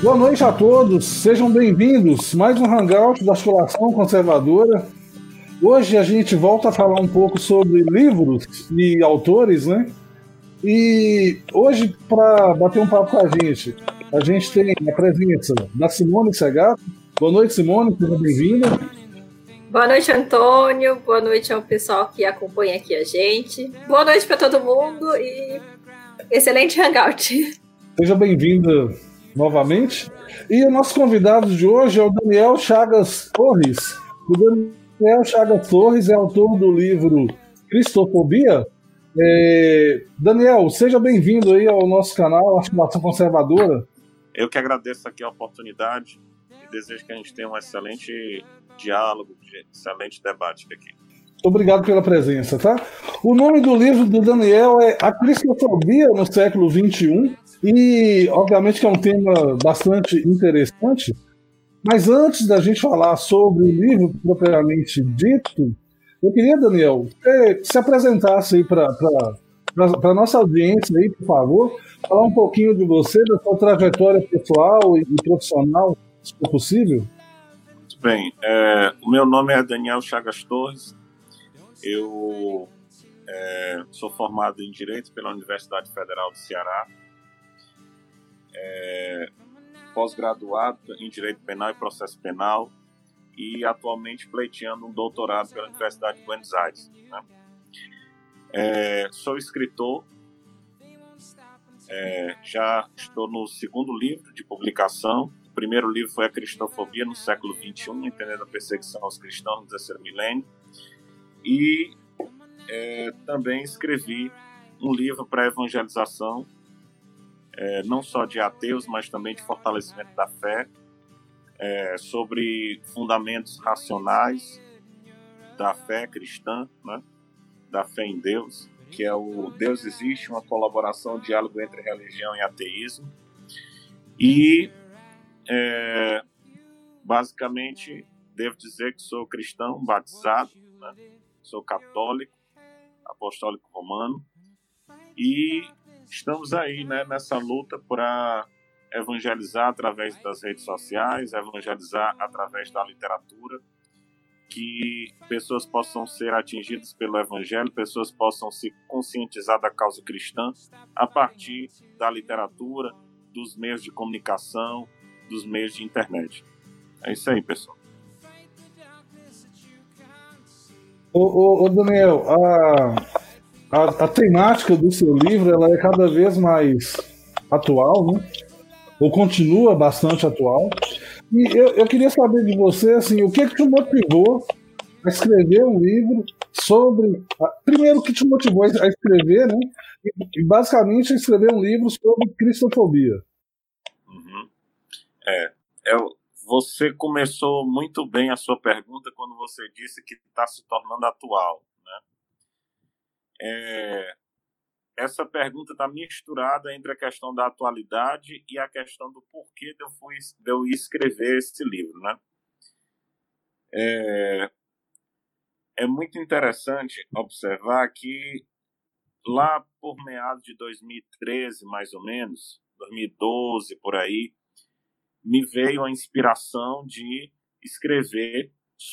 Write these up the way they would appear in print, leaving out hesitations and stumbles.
Boa noite a todos, sejam bem-vindos. Mais um Hangout da Articulação Conservadora. Hoje a gente volta a falar um pouco sobre livros e autores, né? E hoje, para bater um papo com a gente tem a presença da Simone Segato. Boa noite, Simone, seja bem-vinda. Boa noite, Antônio. Boa noite ao pessoal que acompanha aqui a gente. Boa noite para todo mundo e excelente Hangout. Seja bem-vinda novamente. E o nosso convidado de hoje é o Daniel Chagas Torres. O Daniel Chagas Torres é autor do livro Cristofobia. Daniel, seja bem-vindo aí ao nosso canal Articulação Conservadora. Eu que agradeço aqui a oportunidade e desejo que a gente tenha um excelente diálogo, excelente debate aqui. Muito obrigado pela presença, tá? O nome do livro do Daniel é A Cristofobia no século XXI e, obviamente, que é um tema bastante interessante, mas antes da gente falar sobre o livro propriamente dito, eu queria, Daniel, que se apresentasse aí para a nossa audiência, aí, por favor, falar um pouquinho de você, da sua trajetória pessoal e profissional, se for possível. Muito bem. O meu nome é Daniel Chagas Torres. Eu sou formado em Direito pela Universidade Federal do Ceará, pós-graduado em Direito Penal e Processo Penal e atualmente pleiteando um doutorado pela Universidade de Buenos Aires, né? Sou escritor, já estou no segundo livro de publicação. O primeiro livro foi A Cristofobia no século XXI, entendendo a perseguição aos cristãos no terceiro milênio. E também escrevi um livro para evangelização, não só de ateus, mas também de fortalecimento da fé, sobre fundamentos racionais da fé cristã, né? Da fé em Deus, que é o Deus existe, uma colaboração, um diálogo entre religião e ateísmo. E, basicamente, devo dizer que sou cristão, batizado, né? Sou católico, apostólico romano, e estamos aí, né, nessa luta para evangelizar através das redes sociais, evangelizar através da literatura, que pessoas possam ser atingidas pelo evangelho, pessoas possam se conscientizar da causa cristã a partir da literatura, dos meios de comunicação, dos meios de internet. É isso aí, pessoal. Ô Daniel, a temática do seu livro ela é cada vez mais atual, né? Ou continua bastante atual. E eu queria saber de você, assim, o que te motivou a escrever um livro sobre... Primeiro, o que te motivou a escrever, né? E basicamente a escrever um livro sobre cristofobia. Uhum. Você começou muito bem a sua pergunta quando você disse que está se tornando atual, né? Essa pergunta está misturada entre a questão da atualidade e a questão do porquê de eu escrever esse livro, né? É muito interessante observar que lá por meados de 2013, mais ou menos, 2012, por aí, me veio a inspiração de escrever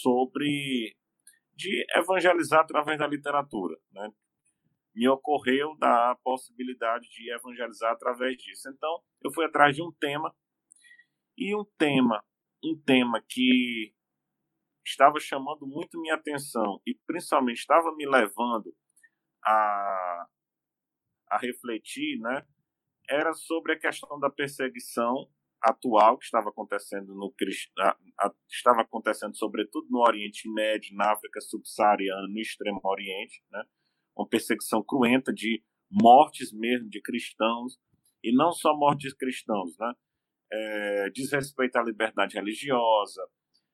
de evangelizar através da literatura, né? Me ocorreu da possibilidade de evangelizar através disso. Então, eu fui atrás de um tema, e um tema que estava chamando muito minha atenção e principalmente estava me levando a refletir, né? Era sobre a questão da perseguição atual que estava acontecendo estava acontecendo sobretudo no Oriente Médio, na África subsaariana, no Extremo Oriente, né? Uma perseguição cruenta de mortes mesmo de cristãos, e não só mortes de cristãos, né? Desrespeito à liberdade religiosa,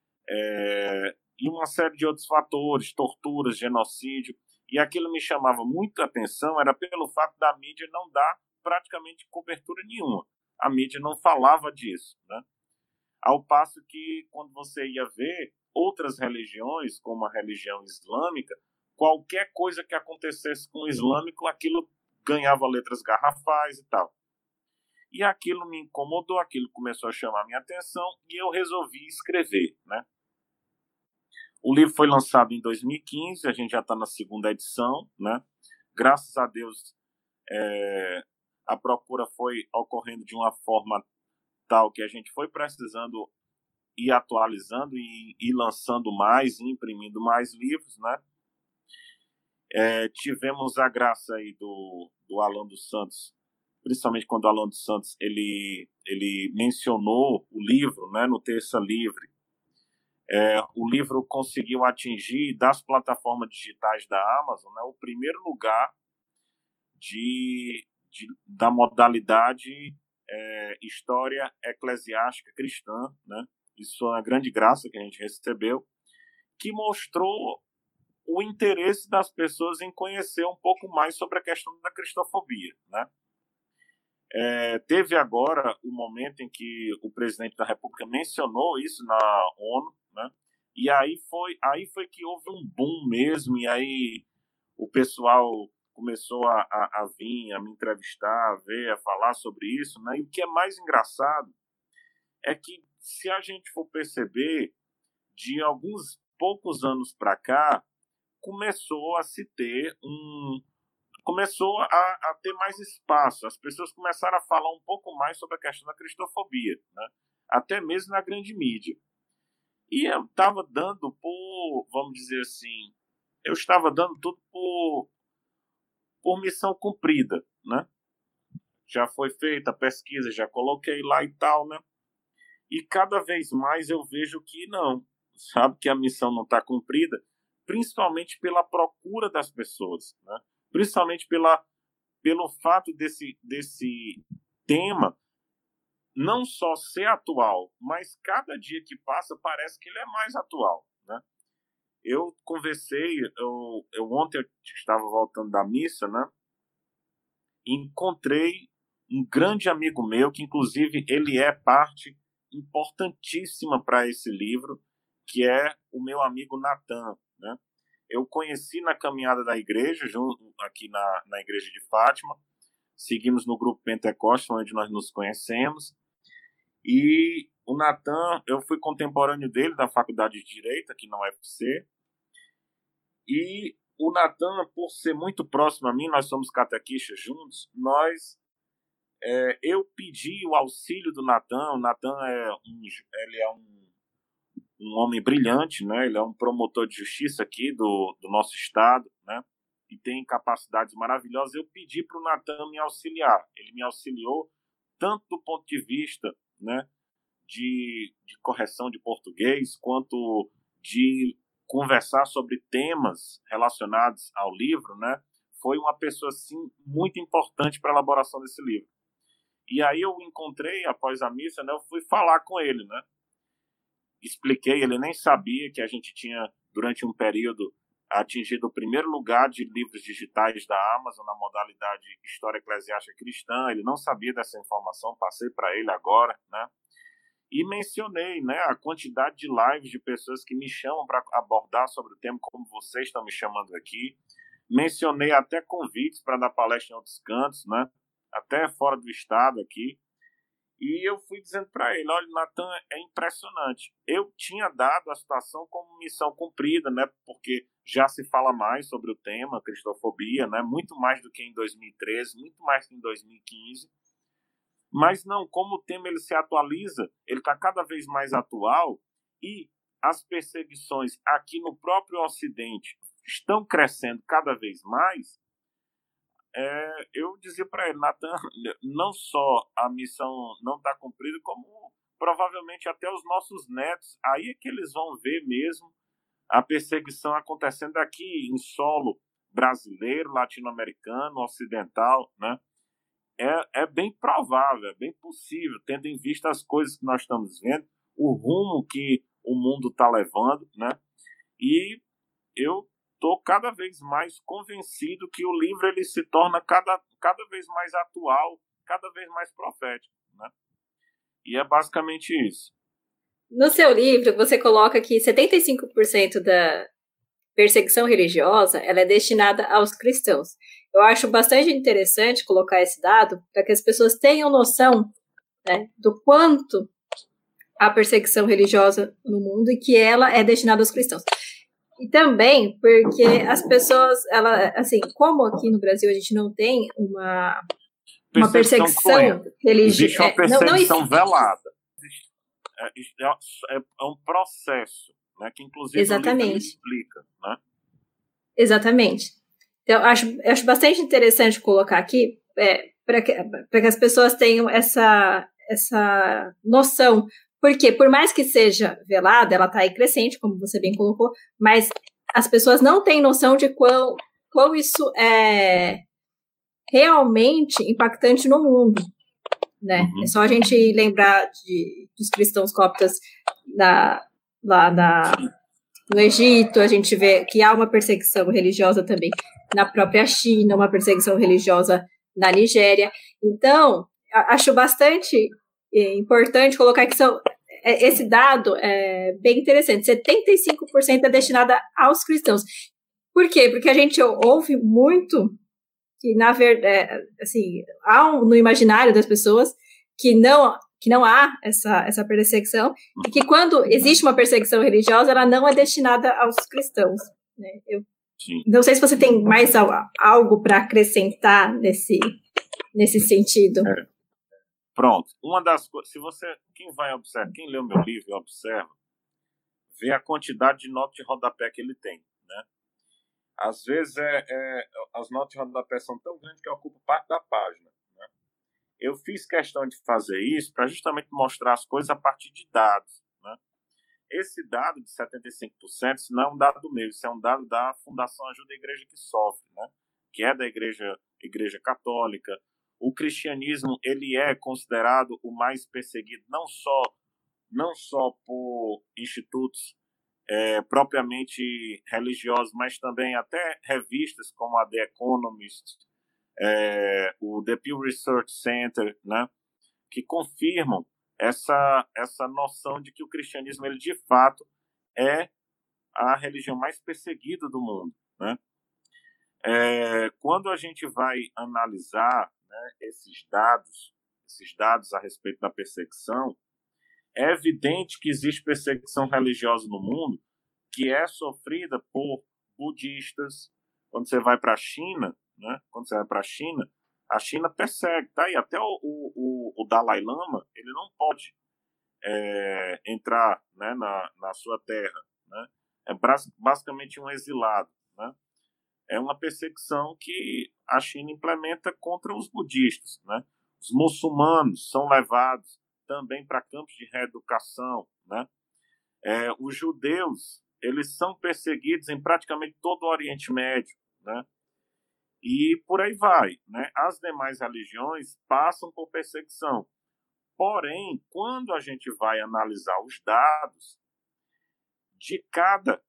e uma série de outros fatores, torturas, genocídio. E aquilo me chamava muita atenção era pelo fato da mídia não dar praticamente cobertura nenhuma. A mídia não falava disso, né? Ao passo que, quando você ia ver outras religiões, como a religião islâmica, qualquer coisa que acontecesse com o islâmico, aquilo ganhava letras garrafais e tal. E aquilo me incomodou, aquilo começou a chamar a minha atenção e eu resolvi escrever, né? O livro foi lançado em 2015, a gente já está na segunda edição, né? Graças a Deus, a procura foi ocorrendo de uma forma tal que a gente foi precisando ir atualizando e lançando mais, e imprimindo mais livros, né? Tivemos a graça aí do Alan dos Santos, principalmente quando o Alan dos Santos ele mencionou o livro, né, no Terça Livre. O livro conseguiu atingir das plataformas digitais da Amazon, né, o primeiro lugar da modalidade história eclesiástica cristã, né? Isso é uma grande graça que a gente recebeu, que mostrou o interesse das pessoas em conhecer um pouco mais sobre a questão da cristofobia, né? Teve agora o momento em que o presidente da República mencionou isso na ONU, né? E aí foi que houve um boom mesmo, e aí o pessoal começou a vir, a me entrevistar, a ver, a falar sobre isso, né? E o que é mais engraçado é que, se a gente for perceber, de alguns poucos anos para cá, começou a se ter começou a ter mais espaço. As pessoas começaram a falar um pouco mais sobre a questão da cristofobia, né? Até mesmo na grande mídia. E eu estava dando vamos dizer assim, eu estava dando tudo por missão cumprida, né? Já foi feita a pesquisa, já coloquei lá e tal, né? E cada vez mais eu vejo que não, sabe, que a missão não está cumprida, principalmente pela procura das pessoas, né? Principalmente pelo fato desse tema não só ser atual, mas cada dia que passa parece que ele é mais atual, né? Eu conversei, ontem eu estava voltando da missa, né? E encontrei um grande amigo meu, que inclusive ele é parte importantíssima para esse livro, que é o meu amigo Natan, né? Eu conheci na caminhada da igreja, aqui na igreja de Fátima. Seguimos no grupo Pentecostes, onde nós nos conhecemos. E o Natan, eu fui contemporâneo dele da Faculdade de Direito, aqui na UFC. E o Natan, por ser muito próximo a mim, nós somos catequistas juntos, eu pedi o auxílio do Natan. O Natan ele é um homem brilhante, né? Ele é um promotor de justiça aqui do nosso estado, né? E tem capacidades maravilhosas. Eu pedi para o Natan me auxiliar. Ele me auxiliou tanto do ponto de vista, né, de correção de português, quanto de conversar sobre temas relacionados ao livro, né? Foi uma pessoa, assim, muito importante para a elaboração desse livro. E aí eu encontrei, após a missa, né, eu fui falar com ele, né? Expliquei, ele nem sabia que a gente tinha, durante um período, atingido o primeiro lugar de livros digitais da Amazon na modalidade História Eclesiástica Cristã. Ele não sabia dessa informação, passei para ele agora, né? E mencionei, né, a quantidade de lives de pessoas que me chamam para abordar sobre o tema, como vocês estão me chamando aqui. Mencionei até convites para dar palestra em outros cantos, né? Até fora do estado aqui. E eu fui dizendo para ele, olha, Natan, é impressionante. Eu tinha dado a situação como missão cumprida, né? Porque já se fala mais sobre o tema, cristofobia, né? Muito mais do que em 2013, muito mais que em 2015. Mas não, como o tema ele se atualiza, ele está cada vez mais atual, e as perseguições aqui no próprio Ocidente estão crescendo cada vez mais. Eu dizia para ele, Natan, não só a missão não está cumprida, como provavelmente até os nossos netos, aí é que eles vão ver mesmo a perseguição acontecendo aqui em solo brasileiro, latino-americano, ocidental, né? É bem provável, é bem possível, tendo em vista as coisas que nós estamos vendo, o rumo que o mundo está levando, né? E eu estou cada vez mais convencido que o livro ele se torna cada vez mais atual, cada vez mais profético, né? E é basicamente isso. No seu livro, você coloca que 75% da perseguição religiosa ela é destinada aos cristãos. eu acho bastante interessante colocar esse dado para que as pessoas tenham noção, né, do quanto há perseguição religiosa no mundo e que ela é destinada aos cristãos. E também porque as pessoas, assim, como aqui no Brasil a gente não tem uma perseguição religiosa. Existe uma perseguição velada. É um processo, né, que inclusive Exatamente. o livro explica, né? Exatamente. Então, acho bastante interessante colocar aqui para que as pessoas tenham essa noção. Porque, por mais que seja velada, ela está aí crescente, como você bem colocou, mas as pessoas não têm noção de quão isso é realmente impactante no mundo, né? É só a gente lembrar dos cristãos coptas no Egito, a gente vê que há uma perseguição religiosa também na própria China, uma perseguição religiosa na Nigéria. Então, acho bastante importante colocar que esse dado é bem interessante. 75% é destinada aos cristãos. Por quê? Porque a gente ouve muito que, na verdade, assim, há no imaginário das pessoas que não há essa perseguição, e que quando existe uma perseguição religiosa, ela não é destinada aos cristãos, né? Eu não sei se você tem mais algo para acrescentar nesse sentido. Pronto. Uma das coisas, quem lê o meu livro e observa, vê a quantidade de notas de rodapé que ele tem, né? Às vezes as notas de rodapé são tão grandes que ocupam parte da página. Eu fiz questão de fazer isso para justamente mostrar as coisas a partir de dados, né? Esse dado de 75%, isso não é um dado meu, isso é um dado da Fundação Ajuda a Igreja que Sofre, né? Que é da Igreja Católica. O cristianismo, ele é considerado o mais perseguido, não só por institutos propriamente religiosos, mas também até revistas como a The Economist, o The Pew Research Center, né, que confirmam essa noção de que o cristianismo, ele de fato é a religião mais perseguida do mundo, né? Quando a gente vai analisar, né, esses dados a respeito da perseguição, é evidente que existe perseguição religiosa no mundo que é sofrida por budistas. Quando você vai para a China, né? A China persegue, tá? E até o Dalai Lama, ele não pode entrar, né, na sua terra, né? É basicamente um exilado, né? É uma perseguição que a China implementa contra os budistas, né? Os muçulmanos são levados também para campos de reeducação, né? Os judeus, eles são perseguidos em praticamente todo o Oriente Médio, né? E por aí vai, né? As demais religiões passam por perseguição. Porém, quando a gente vai analisar os dados, de cada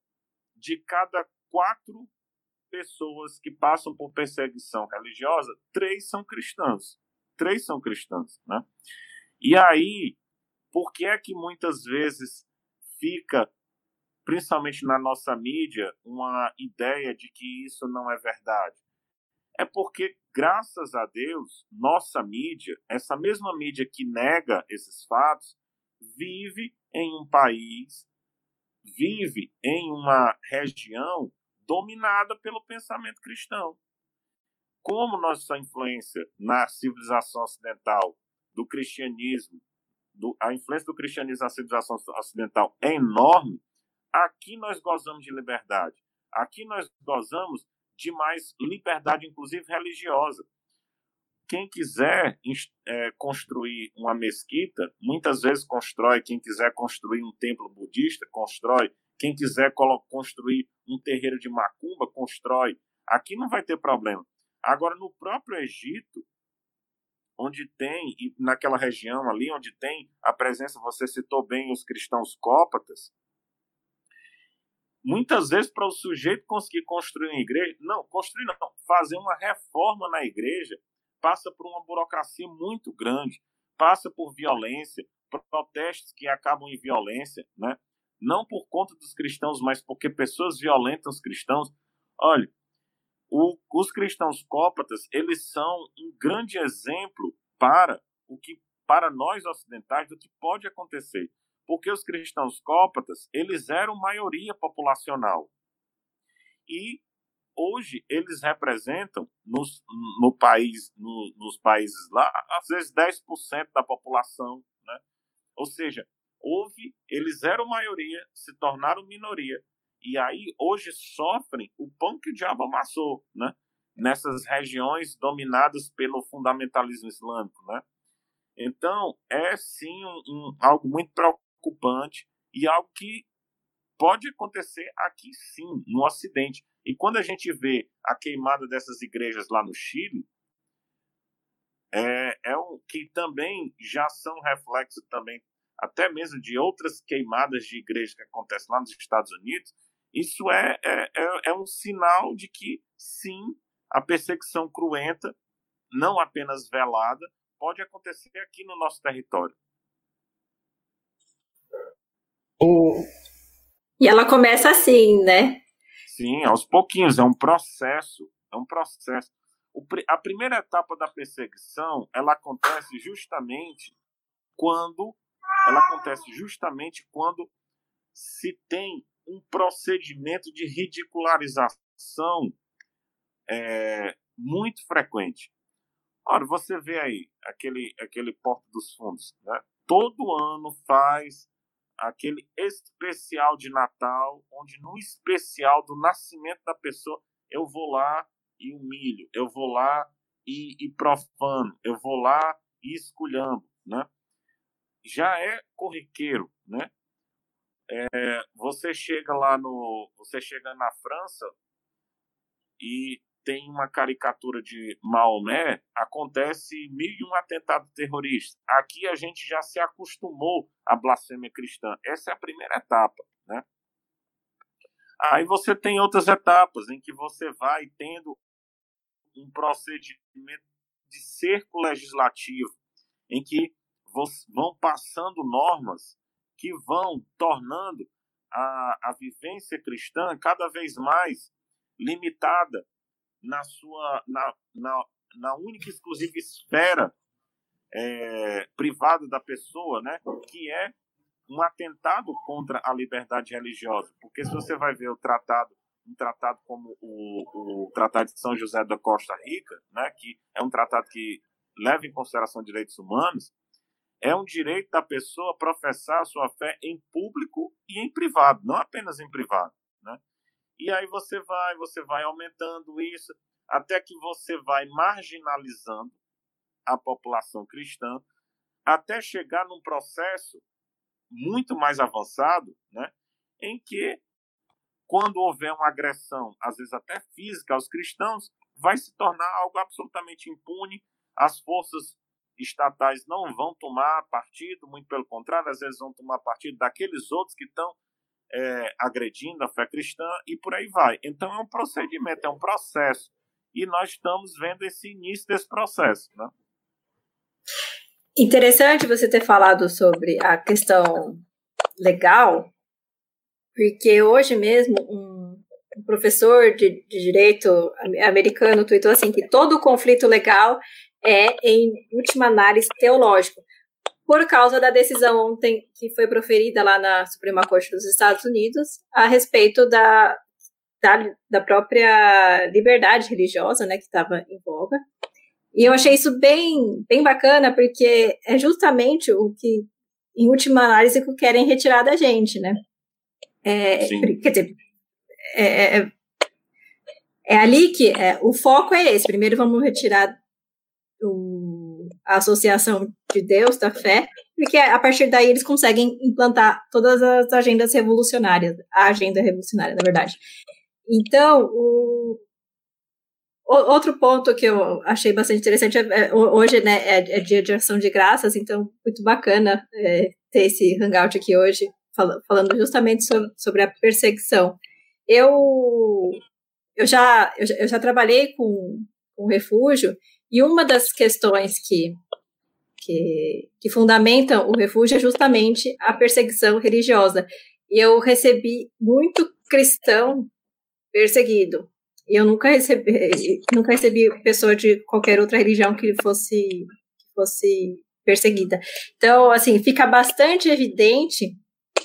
4 pessoas que passam por perseguição religiosa, 3 são cristãos. 3 são cristãos, né? E aí, por que é que muitas vezes fica, principalmente na nossa mídia, uma ideia de que isso não é verdade? É porque, graças a Deus, nossa mídia, essa mesma mídia que nega esses fatos, vive em um país, vive em uma região dominada pelo pensamento cristão. Como nossa influência na civilização ocidental, do cristianismo, a influência do cristianismo na civilização ocidental é enorme, aqui nós gozamos de liberdade. Aqui nós gozamos de mais liberdade, inclusive religiosa. Quem quiser construir uma mesquita, muitas vezes constrói. Quem quiser construir um templo budista, constrói. Quem quiser construir um terreiro de macumba, constrói. Aqui não vai ter problema. Agora, no próprio Egito, onde tem, e naquela região ali, onde tem a presença, você citou bem, os cristãos cópatas, muitas vezes, para o sujeito conseguir construir uma igreja, fazer uma reforma na igreja, passa por uma burocracia muito grande, passa por violência, protestos que acabam em violência, né? Não por conta dos cristãos, mas porque pessoas violentam os cristãos. Olha, os cristãos cópatas, eles são um grande exemplo para nós ocidentais do que pode acontecer. Porque os cristãos cópatas, eles eram maioria populacional. E hoje eles representam nos países lá, às vezes 10% da população, né? Ou seja, eles eram maioria, se tornaram minoria, e aí hoje sofrem o pão que o diabo amassou, né? Nessas regiões dominadas pelo fundamentalismo islâmico, né? Então, é sim algo muito preocupante e algo que pode acontecer aqui sim, no Ocidente. E quando a gente vê a queimada dessas igrejas lá no Chile, que também já são reflexo também, até mesmo de outras queimadas de igrejas que acontecem lá nos Estados Unidos, isso é um sinal de que, sim, a perseguição cruenta, não apenas velada, pode acontecer aqui no nosso território. E ela começa assim, né? Sim, aos pouquinhos, é um processo. A primeira etapa da perseguição, ela acontece justamente quando se tem um procedimento de ridicularização muito frequente. Ora, você vê aí aquele Porta dos Fundos, né? Todo ano faz aquele especial de Natal, onde no especial do nascimento da pessoa eu vou lá e humilho, eu vou lá e profano, eu vou lá e esculhambo, né? Já é corriqueiro, né? Você chega na França e tem uma caricatura de Maomé, acontece 1001 atentados terroristas. Aqui a gente já se acostumou à blasfêmia cristã. Essa é a primeira etapa, né? Aí você tem outras etapas em que você vai tendo um procedimento de cerco legislativo, em que vão passando normas que vão tornando a vivência cristã cada vez mais limitada na única e exclusiva esfera privada da pessoa, né? Que é um atentado contra a liberdade religiosa. Porque se você vai ver um tratado como o Tratado de São José da Costa Rica, né? Que é um tratado que leva em consideração direitos humanos, é um direito da pessoa professar a sua fé em público e em privado, não apenas em privado, né? E aí você vai aumentando isso, até que você vai marginalizando a população cristã, até chegar num processo muito mais avançado, né, em que, quando houver uma agressão, às vezes até física, aos cristãos, vai se tornar algo absolutamente impune. As forças estatais não vão tomar partido, muito pelo contrário, às vezes vão tomar partido daqueles outros que estão agredindo a fé cristã, e por aí vai. Então é um procedimento, é um processo, e nós estamos vendo esse início desse processo, né? Interessante você ter falado sobre a questão legal, porque hoje mesmo um professor de direito americano tweetou assim, que todo conflito legal é, em última análise, teológico, por causa da decisão ontem que foi proferida lá na Suprema Corte dos Estados Unidos a respeito da própria liberdade religiosa, né, que estava em voga. E eu achei isso bem, bem bacana, porque é justamente o que, em última análise, que querem retirar da gente, né? Quer dizer, é ali que o foco é esse. Primeiro vamos retirar a associação de Deus, da fé, porque a partir daí eles conseguem implantar todas as agendas revolucionárias, a agenda revolucionária, na verdade. Então, outro ponto que eu achei bastante interessante, hoje, né, é dia de ação de graças, então muito bacana ter esse hangout aqui hoje, falando justamente sobre a perseguição. Eu já trabalhei com refúgio, e uma das questões que fundamentam o refúgio é justamente a perseguição religiosa. E eu recebi muito cristão perseguido. Eu nunca recebi pessoa de qualquer outra religião que fosse perseguida. Então, assim, fica bastante evidente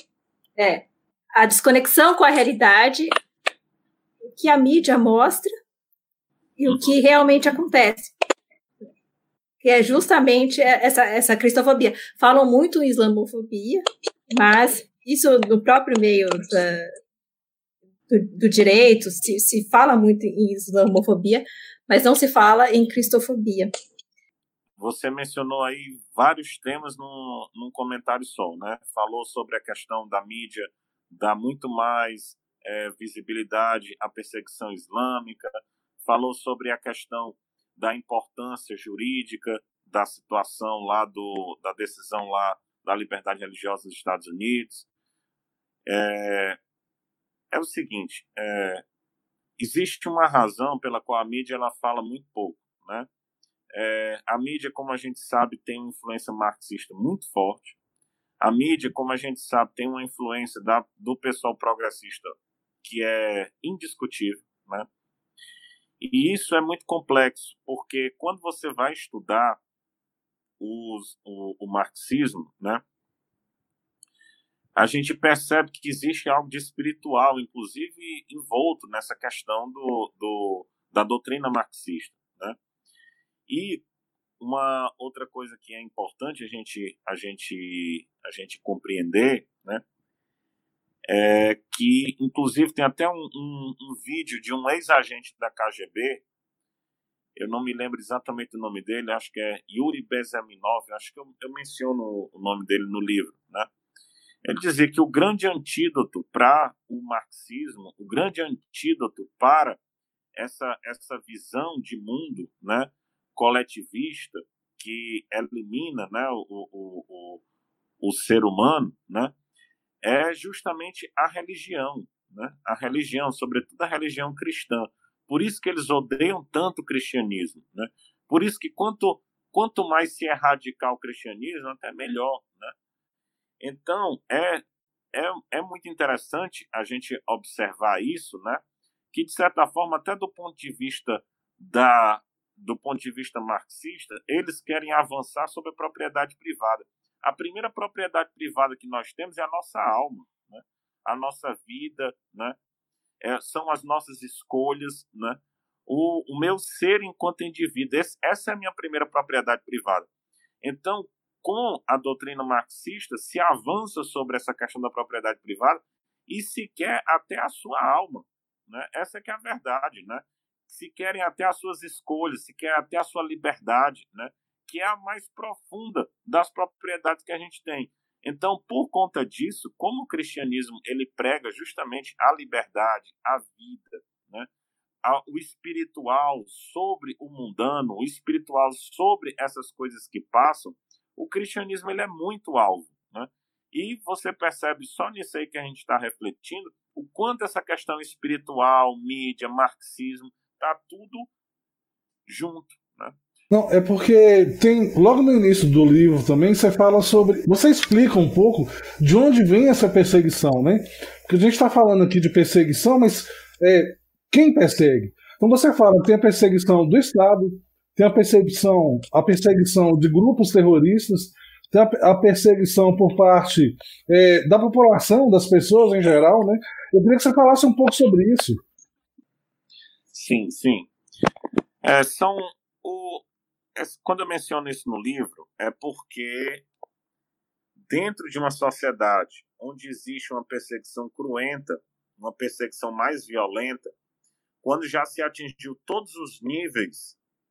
a desconexão com a realidade que a mídia mostra e o que realmente acontece. Que é justamente essa cristofobia. Falam muito em islamofobia, mas isso no próprio meio do direito se fala muito em islamofobia, mas não se fala em cristofobia. Você mencionou aí vários temas num comentário só, né? Falou sobre a questão da mídia dar muito mais visibilidade à perseguição islâmica, falou sobre a questão da importância jurídica da situação lá da decisão lá da liberdade religiosa dos Estados Unidos. É o seguinte, existe uma razão pela qual a mídia ela fala muito pouco, né? A mídia, como a gente sabe, tem uma influência marxista muito forte. A mídia, como a gente sabe, tem uma influência do pessoal progressista que é indiscutível, né? E isso é muito complexo, porque quando você vai estudar o marxismo, né, a gente percebe que existe algo de espiritual, inclusive envolto nessa questão da doutrina marxista, né? E uma outra coisa que é importante a gente compreender, né, é que, inclusive, tem até um vídeo de um ex-agente da KGB, eu não me lembro exatamente o nome dele, acho que é Yuri Bezmenov, acho que eu menciono o nome dele no livro, né? Ele dizia que o grande antídoto para o marxismo, o grande antídoto para essa visão de mundo, né, coletivista, que elimina, né, o ser humano, né, é justamente a religião, né? A religião, sobretudo a religião cristã. Por isso que eles odeiam tanto o cristianismo, né? Por isso que quanto mais se erradicar o cristianismo, até melhor, né? Então, é muito interessante a gente observar isso, né? Que, de certa forma, até do ponto de vista marxista, eles querem avançar sobre a propriedade privada. A primeira propriedade privada que nós temos é a nossa alma, né? A nossa vida, né? São as nossas escolhas, né? O meu ser enquanto indivíduo. Essa é a minha primeira propriedade privada. Então, com a doutrina marxista, se avança sobre essa questão da propriedade privada e se quer até a sua alma, né? Essa que é a verdade, né? Se querem até as suas escolhas, se quer até a sua liberdade, né? Que é a mais profunda das propriedades que a gente tem. Então, por conta disso, como o cristianismo ele prega justamente a liberdade, a vida, né? O espiritual sobre o mundano, o espiritual sobre essas coisas que passam, o cristianismo ele é muito alvo, né? E você percebe só nisso aí que a gente está refletindo o quanto essa questão espiritual, mídia, marxismo, está tudo junto, né? Não, é porque tem, logo no início do livro também, você fala sobre. Você explica um pouco de onde vem essa perseguição, né? Porque a gente está falando aqui de perseguição, mas quem persegue? Então você fala, tem a perseguição do Estado, tem a perseguição de grupos terroristas, tem a perseguição por parte da população, das pessoas em geral, né? Eu queria que você falasse um pouco sobre isso. Sim. Quando eu menciono isso no livro, é porque dentro de uma sociedade onde existe uma perseguição cruenta, uma perseguição mais violenta, quando já se atingiu todos os níveis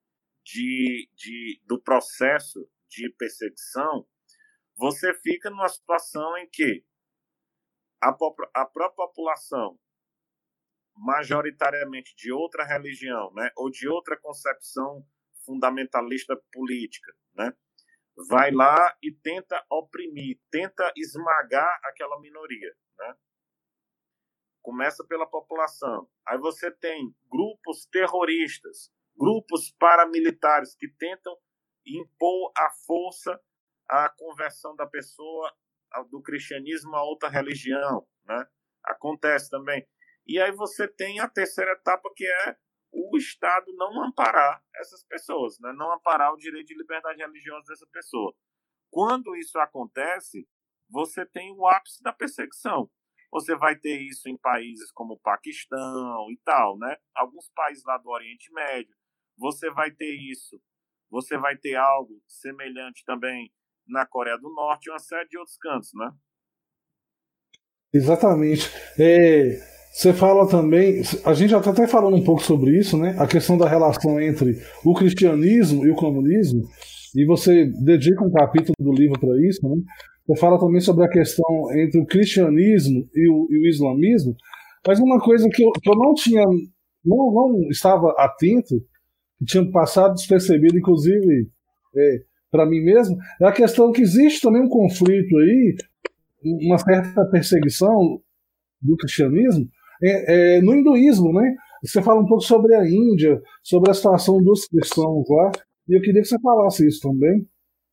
do processo de perseguição, você fica numa situação em que a própria população, majoritariamente de outra religião, né, ou de outra concepção fundamentalista política, né, vai lá e tenta oprimir, tenta esmagar aquela minoria, né? Começa pela população. Aí você tem grupos terroristas, grupos paramilitares que tentam impor à força a conversão da pessoa do cristianismo a outra religião, né? Acontece também. E aí você tem a terceira etapa, que é o Estado não amparar essas pessoas, né? Não amparar o direito de liberdade religiosa dessa pessoa. Quando isso acontece, você tem o ápice da perseguição. Você vai ter isso em países como o Paquistão e tal, né? Alguns países lá do Oriente Médio. Você vai ter isso. Você vai ter algo semelhante também na Coreia do Norte e uma série de outros cantos, né? Exatamente. Você fala também, a gente já está até falando um pouco sobre isso, né? A questão da relação entre o cristianismo e o comunismo, e você dedica um capítulo do livro para isso, né? Você fala também sobre a questão entre o cristianismo e o islamismo, mas uma coisa que eu não tinha, não estava atento, que tinha passado despercebido, inclusive para mim mesmo, é a questão que existe também um conflito aí, uma certa perseguição do cristianismo no hinduísmo, né? Você fala um pouco sobre a Índia, sobre a situação dos cristãos lá, e eu queria que você falasse isso também.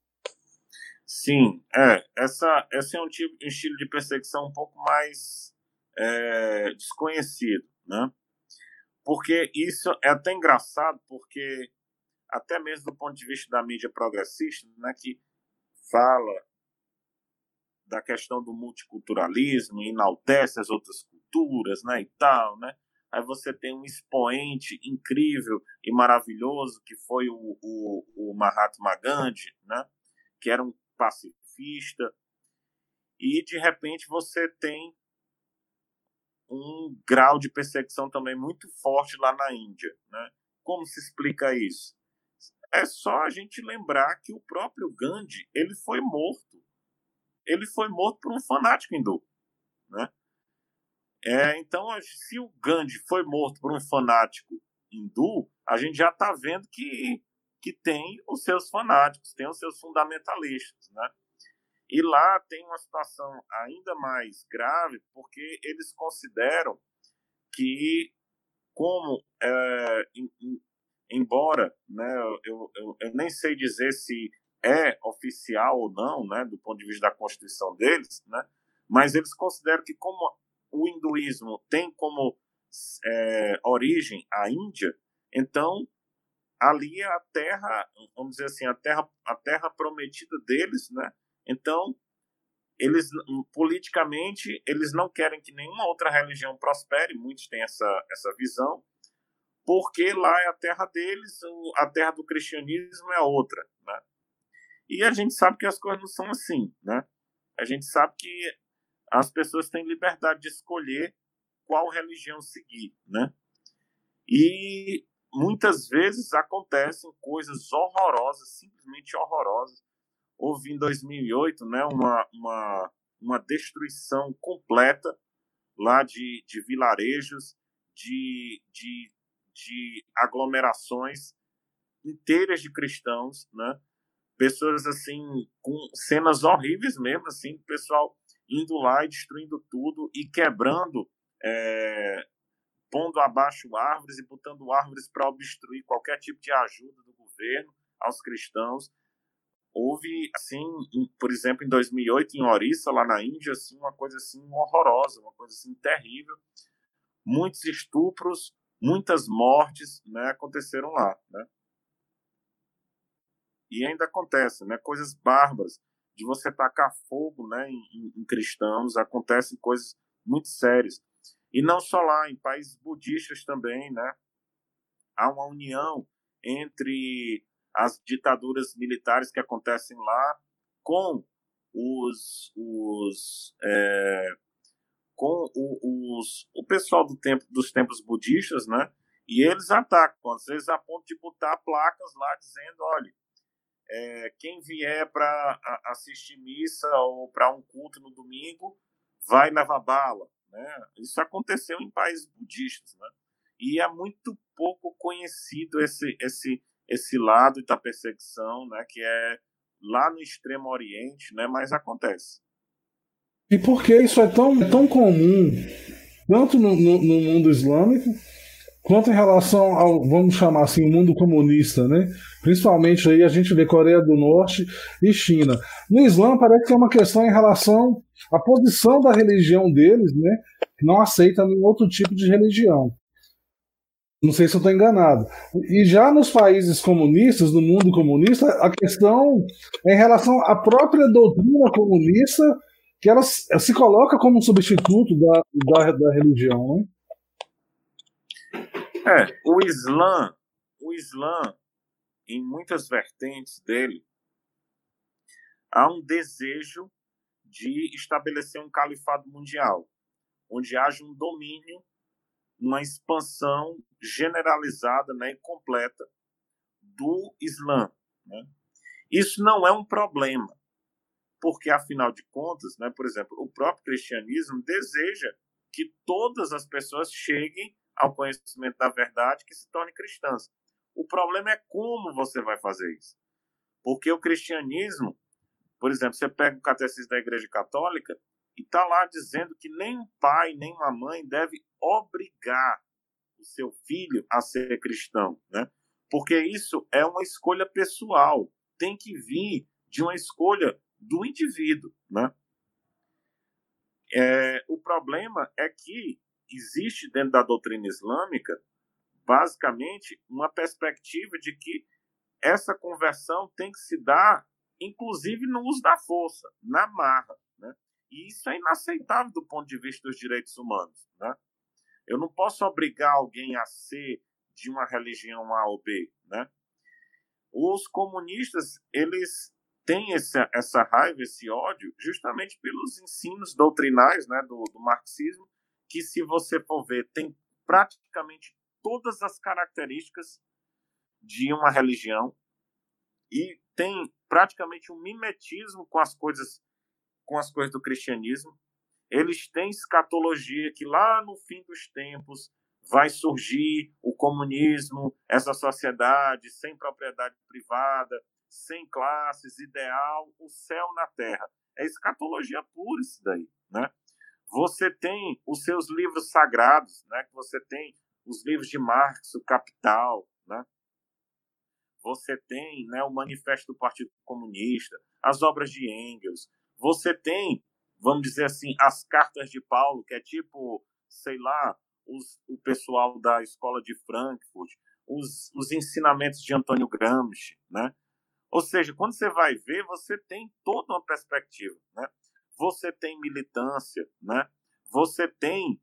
Sim, esse é um estilo de perseguição um pouco mais desconhecido, né? Porque isso é até engraçado, porque até mesmo do ponto de vista da mídia progressista, né, que fala da questão do multiculturalismo, enaltece as outras culturas, né, e tal, né? Aí você tem um expoente incrível e maravilhoso que foi o Mahatma Gandhi, né, que era um pacifista, e de repente você tem um grau de perseguição também muito forte lá na Índia, né? Como se explica isso? É só a gente lembrar que o próprio Gandhi, ele foi morto por um fanático hindu, né? Então, se o Gandhi foi morto por um fanático hindu, a gente já está vendo que tem os seus fanáticos, tem os seus fundamentalistas, né? E lá tem uma situação ainda mais grave, porque eles consideram que, como, embora, né, eu nem sei dizer se é oficial ou não, né, do ponto de vista da Constituição deles, né, mas eles consideram que, como o hinduísmo tem como origem a Índia, então ali é a terra, vamos dizer assim, a terra prometida deles, né? Então, eles politicamente eles não querem que nenhuma outra religião prospere, muitos têm essa visão, porque lá é a terra deles, a terra do cristianismo é outra, né? E a gente sabe que as coisas não são assim, né? A gente sabe que as pessoas têm liberdade de escolher qual religião seguir, né? E muitas vezes acontecem coisas horrorosas, simplesmente horrorosas. Houve em 2008, né, uma destruição completa lá de vilarejos, de aglomerações inteiras de cristãos, né? Pessoas assim com cenas horríveis mesmo, assim, pessoal indo lá e destruindo tudo e quebrando, pondo abaixo árvores e botando árvores para obstruir qualquer tipo de ajuda do governo aos cristãos. Houve, assim, por exemplo, em 2008, em Orissa, lá na Índia, assim, uma coisa assim horrorosa, uma coisa assim terrível. Muitos estupros, muitas mortes, né, aconteceram lá, né? E ainda acontece, né, coisas bárbaras, de você tacar fogo, né, em cristãos, acontecem coisas muito sérias. E não só lá, em países budistas também, né? Há uma união entre as ditaduras militares que acontecem lá com o pessoal dos templos budistas, né? E eles atacam, às vezes a ponto de botar placas lá dizendo, olha, quem vier para assistir missa ou para um culto no domingo vai levar bala, né? Isso aconteceu em países budistas, né? E é muito pouco conhecido esse lado da perseguição, né, que é lá no Extremo Oriente, né, mas acontece. E por que isso é tão comum, tanto no mundo islâmico, quanto em relação ao, vamos chamar assim, o mundo comunista, né? Principalmente aí a gente vê Coreia do Norte e China. No Islã parece que é uma questão em relação à posição da religião deles, né? Que não aceita nenhum outro tipo de religião. Não sei se eu estou enganado. E já nos países comunistas, no mundo comunista, a questão é em relação à própria doutrina comunista, que ela se coloca como um substituto da religião, né? O Islã, em muitas vertentes dele, há um desejo de estabelecer um califado mundial, onde haja um domínio, uma expansão generalizada, né, e completa do Islã, né? Isso não é um problema, porque, afinal de contas, né, por exemplo, o próprio cristianismo deseja que todas as pessoas cheguem ao conhecimento da verdade, que se tornem cristãs. O problema é como você vai fazer isso. Porque o cristianismo, por exemplo, você pega o catecismo da Igreja Católica e está lá dizendo que nem um pai, nem uma mãe deve obrigar o seu filho a ser cristão, né? Porque isso é uma escolha pessoal, tem que vir de uma escolha do indivíduo, né? O problema é que existe dentro da doutrina islâmica, basicamente, uma perspectiva de que essa conversão tem que se dar, inclusive, no uso da força, na marra, né? E isso é inaceitável do ponto de vista dos direitos humanos, né? Eu não posso obrigar alguém a ser de uma religião A ou B, né? Os comunistas, eles têm essa raiva, esse ódio, justamente pelos ensinos doutrinais, né, do marxismo, que, se você for ver, tem praticamente todas as características de uma religião e tem praticamente um mimetismo com as coisas do cristianismo. Eles têm escatologia que lá no fim dos tempos vai surgir o comunismo, essa sociedade sem propriedade privada, sem classes, ideal, o céu na terra. É escatologia pura isso daí, né? Você tem os seus livros sagrados, né? Você tem os livros de Marx, o Capital, né? Você tem, né, o Manifesto do Partido Comunista, as obras de Engels. Você tem, vamos dizer assim, as cartas de Paulo, que é tipo, sei lá, o pessoal da escola de Frankfurt, os ensinamentos de Antônio Gramsci, né? Ou seja, quando você vai ver, você tem toda uma perspectiva, né? Você tem militância, né? Você tem,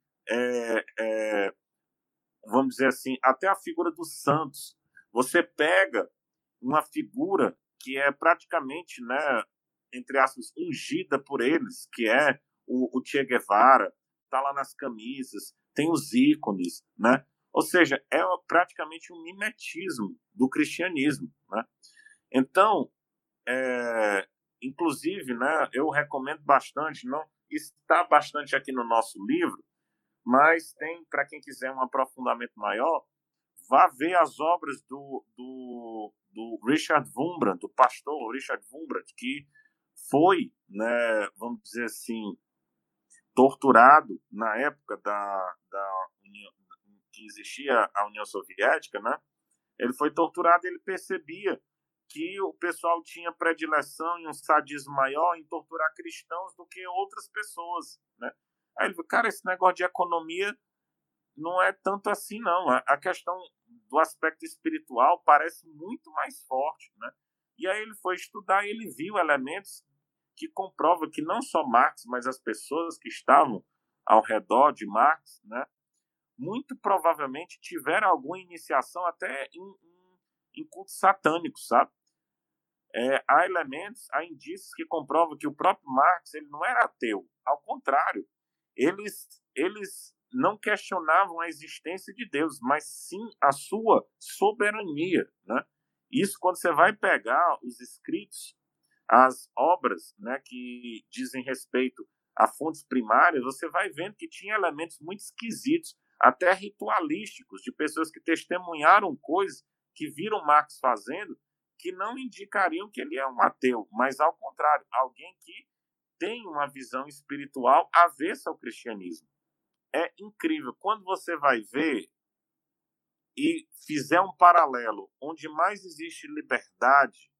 vamos dizer assim, até a figura dos santos. Você pega uma figura que é praticamente, né, entre aspas, ungida por eles, que é o Che Guevara, está lá nas camisas, tem os ícones, né? Ou seja, é praticamente um mimetismo do cristianismo, né? Então, inclusive, né, eu recomendo bastante, não está bastante aqui no nosso livro, mas tem, para quem quiser um aprofundamento maior, vá ver as obras do Richard Wurmbrand, do pastor Richard Wurmbrand, que foi, né, vamos dizer assim, torturado na época da União, que existia a União Soviética, né? Ele foi torturado e ele percebia que o pessoal tinha predileção e um sadismo maior em torturar cristãos do que outras pessoas, né? Aí ele falou, cara, esse negócio de economia não é tanto assim, não. A questão do aspecto espiritual parece muito mais forte, né? E aí ele foi estudar e ele viu elementos que comprovam que não só Marx, mas as pessoas que estavam ao redor de Marx, né, muito provavelmente tiveram alguma iniciação até em cultos satânicos, sabe? Há elementos, há indícios que comprovam que o próprio Marx ele não era ateu. Ao contrário, eles não questionavam a existência de Deus, mas sim a sua soberania, né? Isso, quando você vai pegar os escritos, as obras, né, que dizem respeito a fontes primárias, você vai vendo que tinha elementos muito esquisitos, até ritualísticos, de pessoas que testemunharam coisas que viram Marx fazendo, que não indicariam que ele é um ateu, mas, ao contrário, alguém que tem uma visão espiritual avessa ao cristianismo. É incrível. Quando você vai ver e fizer um paralelo onde mais existe liberdade,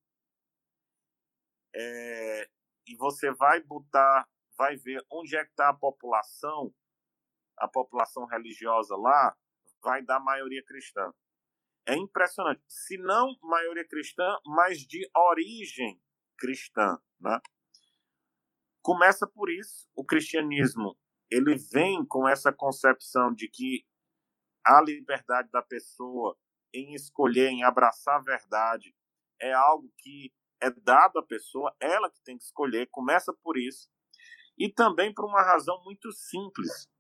e você vai ver onde é que está a população religiosa lá, vai dar maioria cristã. É impressionante. Se não maioria cristã, mas de origem cristã, né? Começa por isso. O cristianismo, ele vem com essa concepção de que a liberdade da pessoa em escolher, em abraçar a verdade, é algo que é dado à pessoa, ela que tem que escolher. Começa por isso. E também por uma razão muito simples.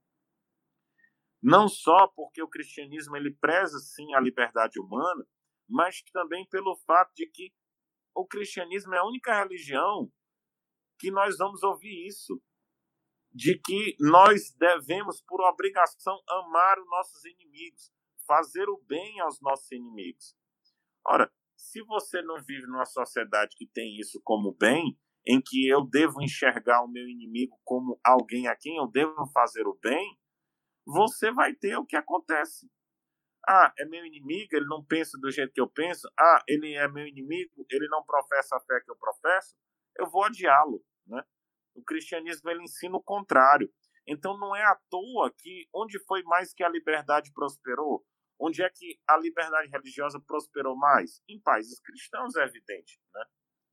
Não só porque o cristianismo ele preza, sim, a liberdade humana, mas também pelo fato de que o cristianismo é a única religião que nós vamos ouvir isso, de que nós devemos, por obrigação, amar os nossos inimigos, fazer o bem aos nossos inimigos. Ora, se você não vive numa sociedade que tem isso como bem, em que eu devo enxergar o meu inimigo como alguém a quem eu devo fazer o bem, você vai ter o que acontece. Ah, é meu inimigo, ele não pensa do jeito que eu penso. Ah, ele é meu inimigo, ele não professa a fé que eu professo. Eu vou odiá-lo, né? O cristianismo ele ensina o contrário. Então não é à toa que onde foi mais que a liberdade prosperou? Onde é que a liberdade religiosa prosperou mais? Em países cristãos, é evidente, né?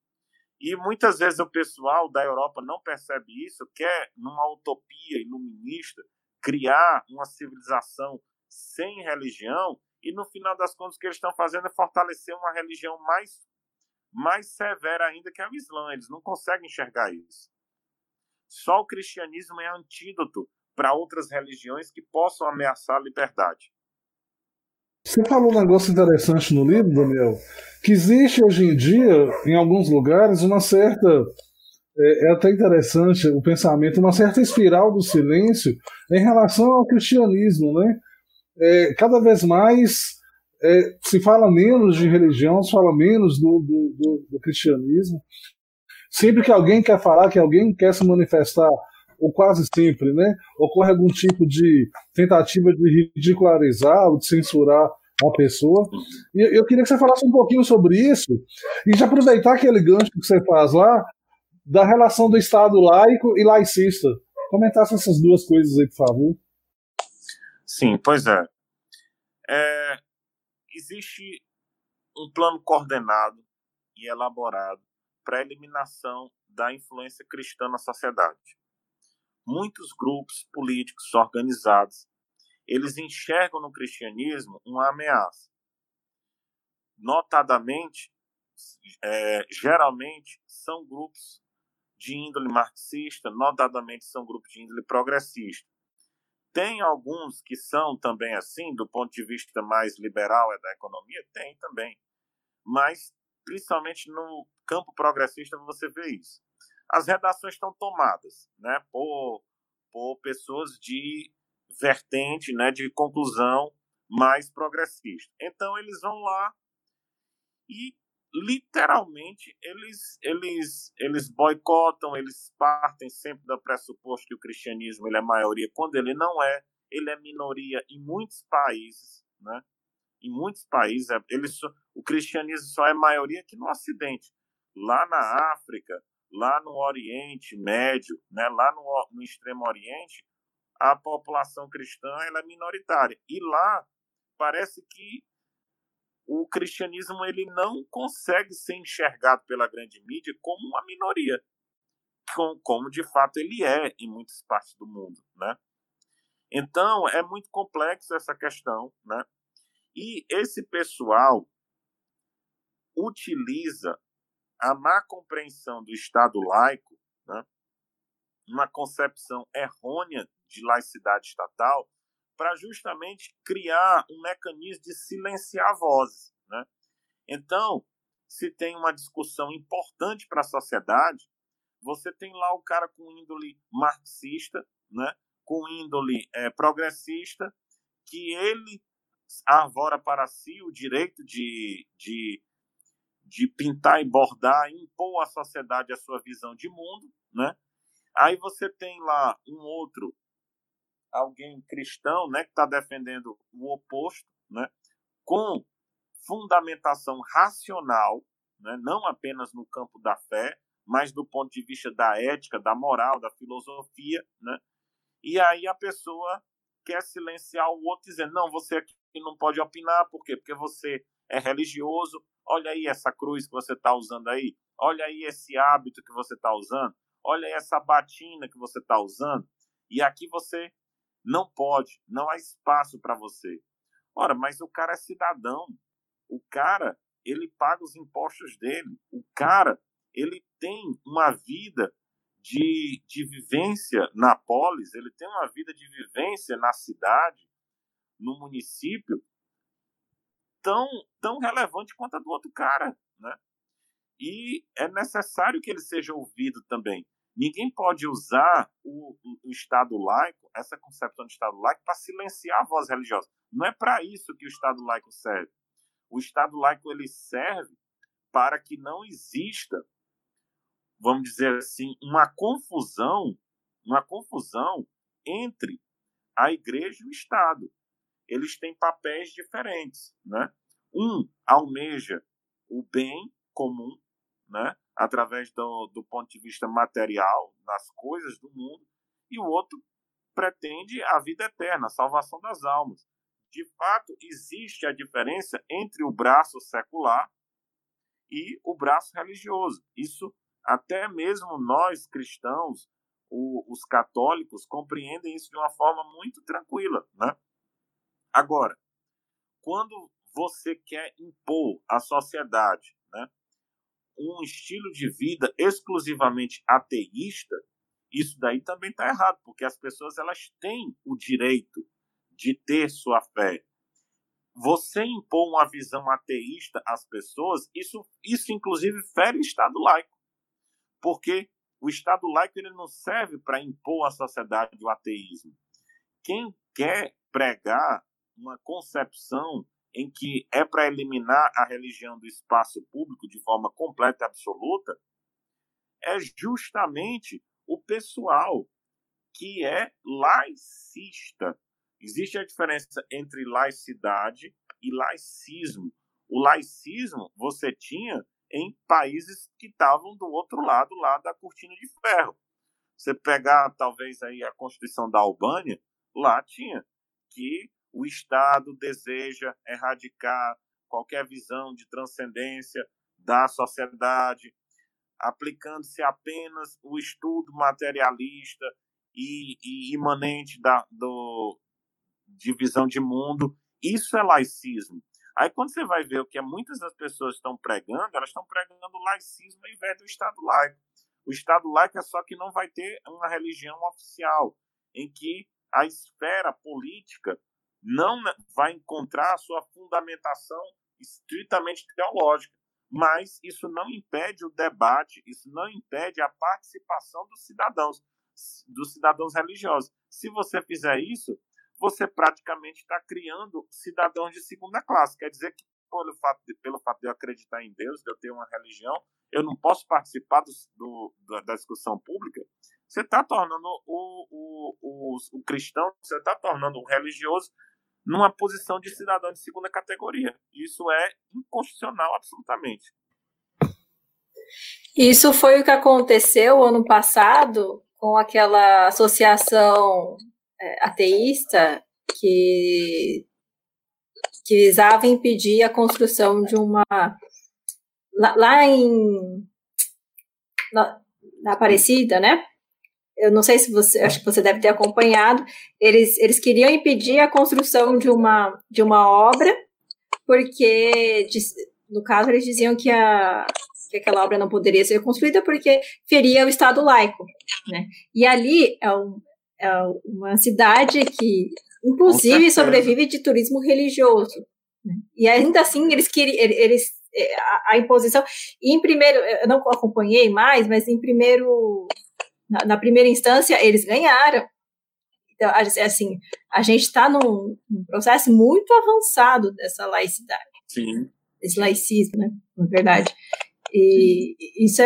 E muitas vezes o pessoal da Europa não percebe isso, quer, numa utopia iluminista, criar uma civilização sem religião, e no final das contas o que eles estão fazendo é fortalecer uma religião mais severa ainda, que é o Islã. Eles não conseguem enxergar isso. Só o cristianismo é antídoto para outras religiões que possam ameaçar a liberdade. Você falou um negócio interessante no livro, Daniel, que existe hoje em dia, em alguns lugares, uma certa. É até interessante o pensamento, uma certa espiral do silêncio em relação ao cristianismo, né? Cada vez mais se fala menos de religião, se fala menos do cristianismo. Sempre que alguém quer falar, que alguém quer se manifestar, ou quase sempre, né, ocorre algum tipo de tentativa de ridicularizar ou de censurar a pessoa. E eu queria que você falasse um pouquinho sobre isso, e já aproveitar aquele gancho que você faz lá, da relação do Estado laico e laicista. Comentasse essas duas coisas aí, por favor. Sim, pois é. Existe um plano coordenado e elaborado para a eliminação da influência cristã na sociedade. Muitos grupos políticos organizados, eles enxergam no cristianismo uma ameaça. Notadamente, geralmente, são grupos de índole marxista, notadamente são grupos de índole progressista. Tem alguns que são também assim, do ponto de vista mais liberal da economia, tem também. Mas, principalmente no campo progressista, você vê isso. As redações estão tomadas, né, por pessoas de vertente, né, de conclusão mais progressista. Então, eles vão lá e, literalmente, eles boicotam, eles partem sempre do pressuposto que o cristianismo ele é maioria, quando ele não é. Ele é minoria em muitos países, né? Em muitos países, o cristianismo só é maioria aqui no Ocidente. Lá na África, lá no Oriente Médio, né, lá no Extremo Oriente, a população cristã ela é minoritária. E lá parece que o cristianismo ele não consegue ser enxergado pela grande mídia como uma minoria, como de fato ele é em muitas partes do mundo, né? Então, é muito complexo essa questão, né? E esse pessoal utiliza a má compreensão do Estado laico, né, uma concepção errônea de laicidade estatal, para justamente criar um mecanismo de silenciar vozes, né? Então, se tem uma discussão importante para a sociedade, você tem lá o cara com índole marxista, né, com índole progressista, que ele arvora para si o direito de pintar e bordar, impor à sociedade a sua visão de mundo, né? Aí você tem lá um outro, alguém cristão, né, que está defendendo o oposto, né, com fundamentação racional, né, não apenas no campo da fé, mas do ponto de vista da ética, da moral, da filosofia, né? E aí a pessoa quer silenciar o outro dizendo, não, você aqui não pode opinar, por quê? Porque você é religioso, olha aí essa cruz que você está usando aí, olha aí esse hábito que você está usando, olha aí essa batina que você está usando, e aqui você não pode, não há espaço para você. Ora, mas o cara é cidadão, o cara, ele paga os impostos dele, o cara, ele tem uma vida de vivência na polis, ele tem uma vida de vivência na cidade, no município, tão relevante quanto a do outro cara, né? E é necessário que ele seja ouvido também. Ninguém pode usar o Estado laico, essa concepção de Estado laico, para silenciar a voz religiosa. Não é para isso que o Estado laico serve. O Estado laico ele serve para que não exista, vamos dizer assim, uma confusão entre a Igreja e o Estado. Eles têm papéis diferentes, né? Um almeja o bem comum, né? Através do ponto de vista material, das coisas do mundo, e o outro pretende a vida eterna, a salvação das almas. De fato, existe a diferença entre o braço secular e o braço religioso. Isso até mesmo nós cristãos, os católicos, compreendem isso de uma forma muito tranquila, né? Agora, quando você quer impor à sociedade, né, um estilo de vida exclusivamente ateísta, isso daí também está errado, porque as pessoas elas têm o direito de ter sua fé. Você impor uma visão ateísta às pessoas, isso inclusive fere o Estado laico, porque o Estado laico ele não serve para impor à sociedade o ateísmo. Quem quer pregar uma concepção em que é para eliminar a religião do espaço público de forma completa e absoluta, é justamente o pessoal que é laicista. Existe a diferença entre laicidade e laicismo. O laicismo você tinha em países que estavam do outro lado lá da cortina de ferro. Você pegar, talvez, aí a Constituição da Albânia, lá tinha que o Estado deseja erradicar qualquer visão de transcendência da sociedade, aplicando-se apenas o estudo materialista e imanente de visão de mundo. Isso é laicismo. Aí, quando você vai ver o que muitas das pessoas estão pregando, elas estão pregando o laicismo ao invés do Estado laico. O Estado laico é só que não vai ter uma religião oficial, em que a esfera política não vai encontrar a sua fundamentação estritamente teológica. Mas isso não impede o debate, isso não impede a participação dos cidadãos religiosos. Se você fizer isso, você praticamente está criando cidadãos de segunda classe. Quer dizer que, pelo fato de eu acreditar em Deus, de eu ter uma religião, eu não posso participar da discussão pública. Você está tornando o cristão, você está tornando o religioso numa posição de cidadão de segunda categoria. Isso é inconstitucional, absolutamente. Isso foi o que aconteceu ano passado com aquela associação ateísta que visava impedir a construção de uma... Lá na Aparecida, né? Eu não sei se você, acho que você deve ter acompanhado, eles queriam impedir a construção de uma obra, porque, no caso, eles diziam que aquela obra não poderia ser construída porque feria o Estado laico, né? E ali é uma cidade que, inclusive, sobrevive de turismo religioso, né? E ainda assim, a imposição, e em primeiro, eu não acompanhei mais, mas na primeira instância, eles ganharam. Então, assim, a gente está num processo muito avançado dessa laicidade. Sim. Esse laicismo, né? Na verdade. E isso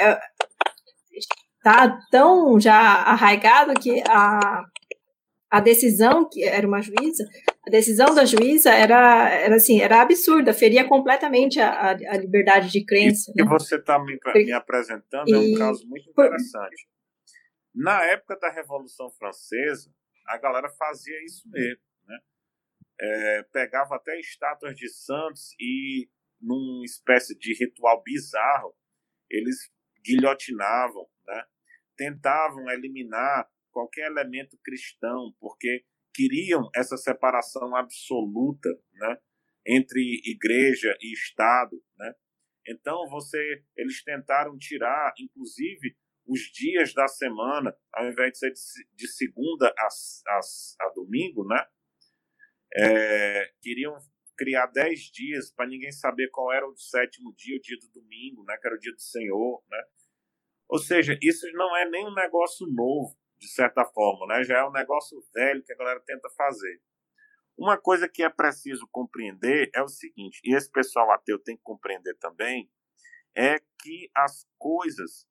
está tão já arraigado que a decisão, que era uma juíza, a decisão da juíza era absurda, feria completamente a liberdade de crença. Isso que você está me apresentando é um caso muito interessante. Na época da Revolução Francesa, a galera fazia isso mesmo, né? Pegava até estátuas de santos e, numa espécie de ritual bizarro, eles guilhotinavam, né? Tentavam eliminar qualquer elemento cristão, porque queriam essa separação absoluta, né, entre igreja e Estado, né? Então eles tentaram tirar, inclusive, os dias da semana, ao invés de ser de segunda a domingo, né? Queriam criar 10 dias para ninguém saber qual era o sétimo dia, o dia do domingo, né, que era o dia do Senhor, né? Ou seja, isso não é nem um negócio novo, de certa forma, né? Já é um negócio velho que a galera tenta fazer. Uma coisa que é preciso compreender é o seguinte, e esse pessoal ateu tem que compreender também, é que as coisas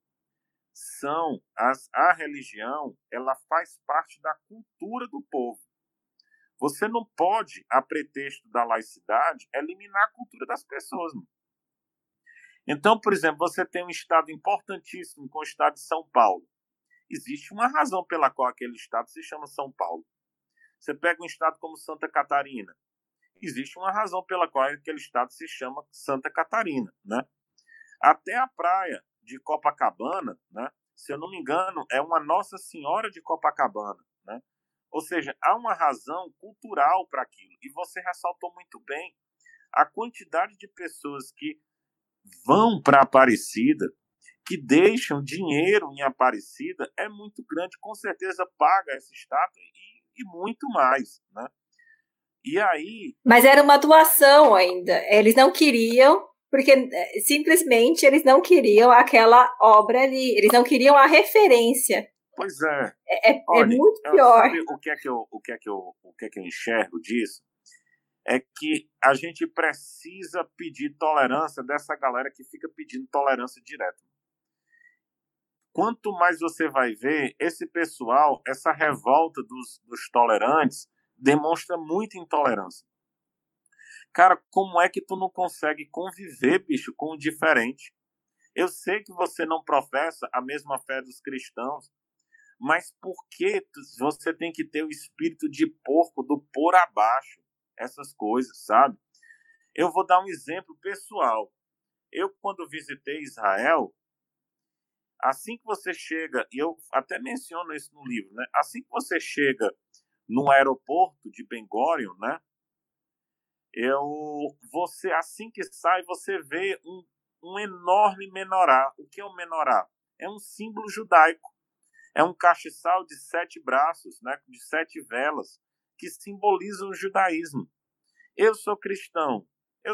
a religião, ela faz parte da cultura do povo. Você não pode, a pretexto da laicidade, eliminar a cultura das pessoas. Mano. Então, por exemplo, você tem um estado importantíssimo, como o estado de São Paulo. Existe uma razão pela qual aquele estado se chama São Paulo. Você pega um estado como Santa Catarina. Existe uma razão pela qual aquele estado se chama Santa Catarina, né? Até a praia de Copacabana, né? Se eu não me engano, é uma Nossa Senhora de Copacabana, né? Ou seja, há uma razão cultural para aquilo. E você ressaltou muito bem a quantidade de pessoas que vão para Aparecida, que deixam dinheiro em Aparecida, é muito grande. Com certeza paga essa estátua e muito mais, né? E aí... Mas era uma doação ainda. Eles não queriam, porque simplesmente eles não queriam aquela obra ali. Eles não queriam a referência. Pois é. Olha, muito pior. Sabe o que é que eu enxergo disso? É que a gente precisa pedir tolerância dessa galera que fica pedindo tolerância direto. Quanto mais você vai ver, esse pessoal, essa revolta dos tolerantes, demonstra muita intolerância. Cara, como é que tu não consegue conviver, bicho, com o diferente? Eu sei que você não professa a mesma fé dos cristãos, mas por que você tem que ter o espírito de porco do por abaixo? Essas coisas, sabe? Eu vou dar um exemplo pessoal. Eu, quando visitei Israel, assim que você chega, e eu até menciono isso no livro, né? Assim que você chega no aeroporto de Ben Gurion, né? Você, assim que sai, você vê um enorme menorá. O que é um menorá? É um símbolo judaico. É um castiçal de 7 braços, né? De 7 velas, que simbolizam o judaísmo. Eu sou cristão.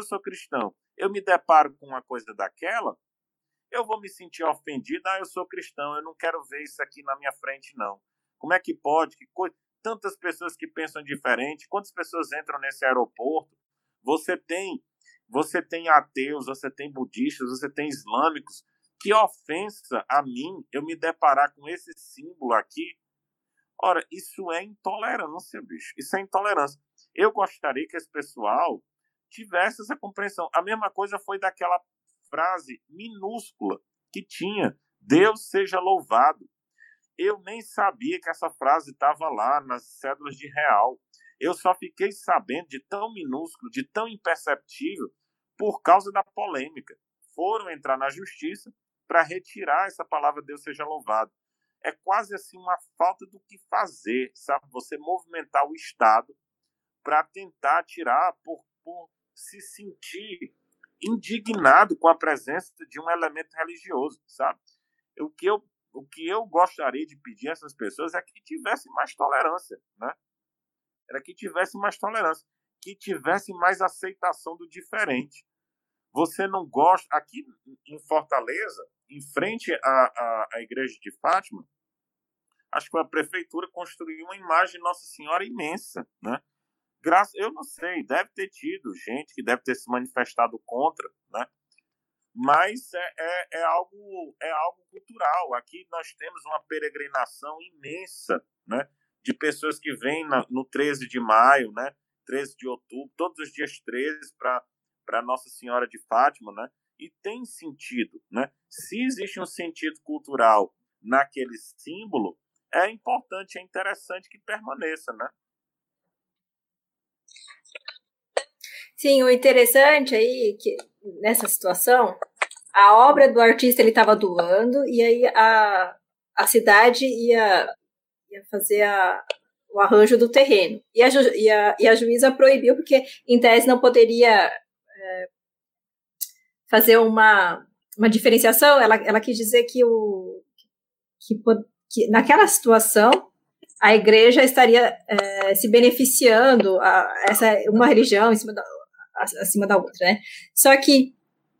Eu me deparo com uma coisa daquela, eu vou me sentir ofendido. Eu sou cristão, eu não quero ver isso aqui na minha frente, não. Como é que pode? Tantas pessoas que pensam diferente. Quantas pessoas entram nesse aeroporto? Você tem ateus, você tem budistas, você tem islâmicos. Que ofensa a mim eu me deparar com esse símbolo aqui. Ora, isso é intolerância, bicho. Isso é intolerância. Eu gostaria que esse pessoal tivesse essa compreensão. A mesma coisa foi daquela frase minúscula que tinha: Deus seja louvado. Eu nem sabia que essa frase estava lá nas cédulas de real. Eu só fiquei sabendo de tão minúsculo, de tão imperceptível, por causa da polêmica. Foram entrar na justiça para retirar essa palavra Deus seja louvado. É quase assim uma falta do que fazer, sabe? Você movimentar o Estado para tentar tirar por se sentir indignado com a presença de um elemento religioso, sabe? O que eu gostaria de pedir a essas pessoas é que tivesse mais tolerância, né? Era que tivesse mais tolerância, que tivesse mais aceitação do diferente. Você não gosta... Aqui em Fortaleza, em frente à igreja de Fátima, acho que a prefeitura construiu uma imagem de Nossa Senhora imensa, né? Eu não sei, deve ter tido gente que deve ter se manifestado contra, né? Mas é algo cultural. Aqui nós temos uma peregrinação imensa, né? De pessoas que vêm no 13 de maio, né? 13 de outubro, todos os dias 13 para Nossa Senhora de Fátima, né? E tem sentido, né? Se existe um sentido cultural naquele símbolo, é importante, é interessante que permaneça, né? Sim, o interessante aí, que nessa situação, a obra do artista ele estava doando, e aí a cidade ia fazer o arranjo do terreno. E a juíza proibiu, porque em tese não poderia fazer uma diferenciação. Ela quis dizer que naquela situação a igreja estaria se beneficiando uma religião acima da outra, né? Só que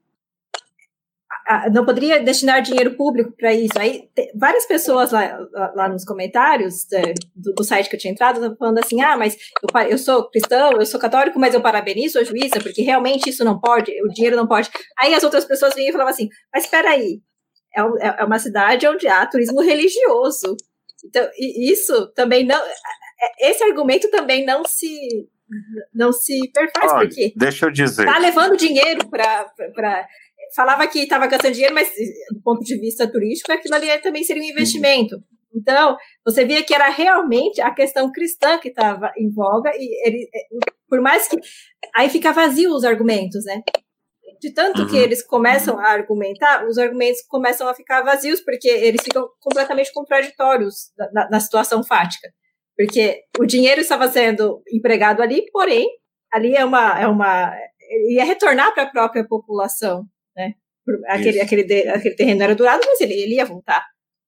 não poderia destinar dinheiro público para isso. Aí várias pessoas lá nos comentários do site que eu tinha entrado estavam falando assim, mas eu sou cristão, eu sou católico, mas eu parabenizo a juíza, porque realmente isso não pode, o dinheiro não pode. Aí as outras pessoas vinham e falavam assim, mas espera aí, é uma cidade onde há turismo religioso. Então, isso também não... Esse argumento também não se perfaz, porque deixa eu dizer, está levando dinheiro para falava que estava gastando dinheiro, mas do ponto de vista turístico, aquilo ali também seria um investimento. Então, você via que era realmente a questão cristã que estava em voga, e por mais que... Aí fica vazio os argumentos, né? De tanto que eles começam a argumentar, os argumentos começam a ficar vazios, porque eles ficam completamente contraditórios na situação fática. Porque o dinheiro estava sendo empregado ali, porém, ali ia retornar para a própria população, né? Aquele terreno era doado, mas ele ia voltar.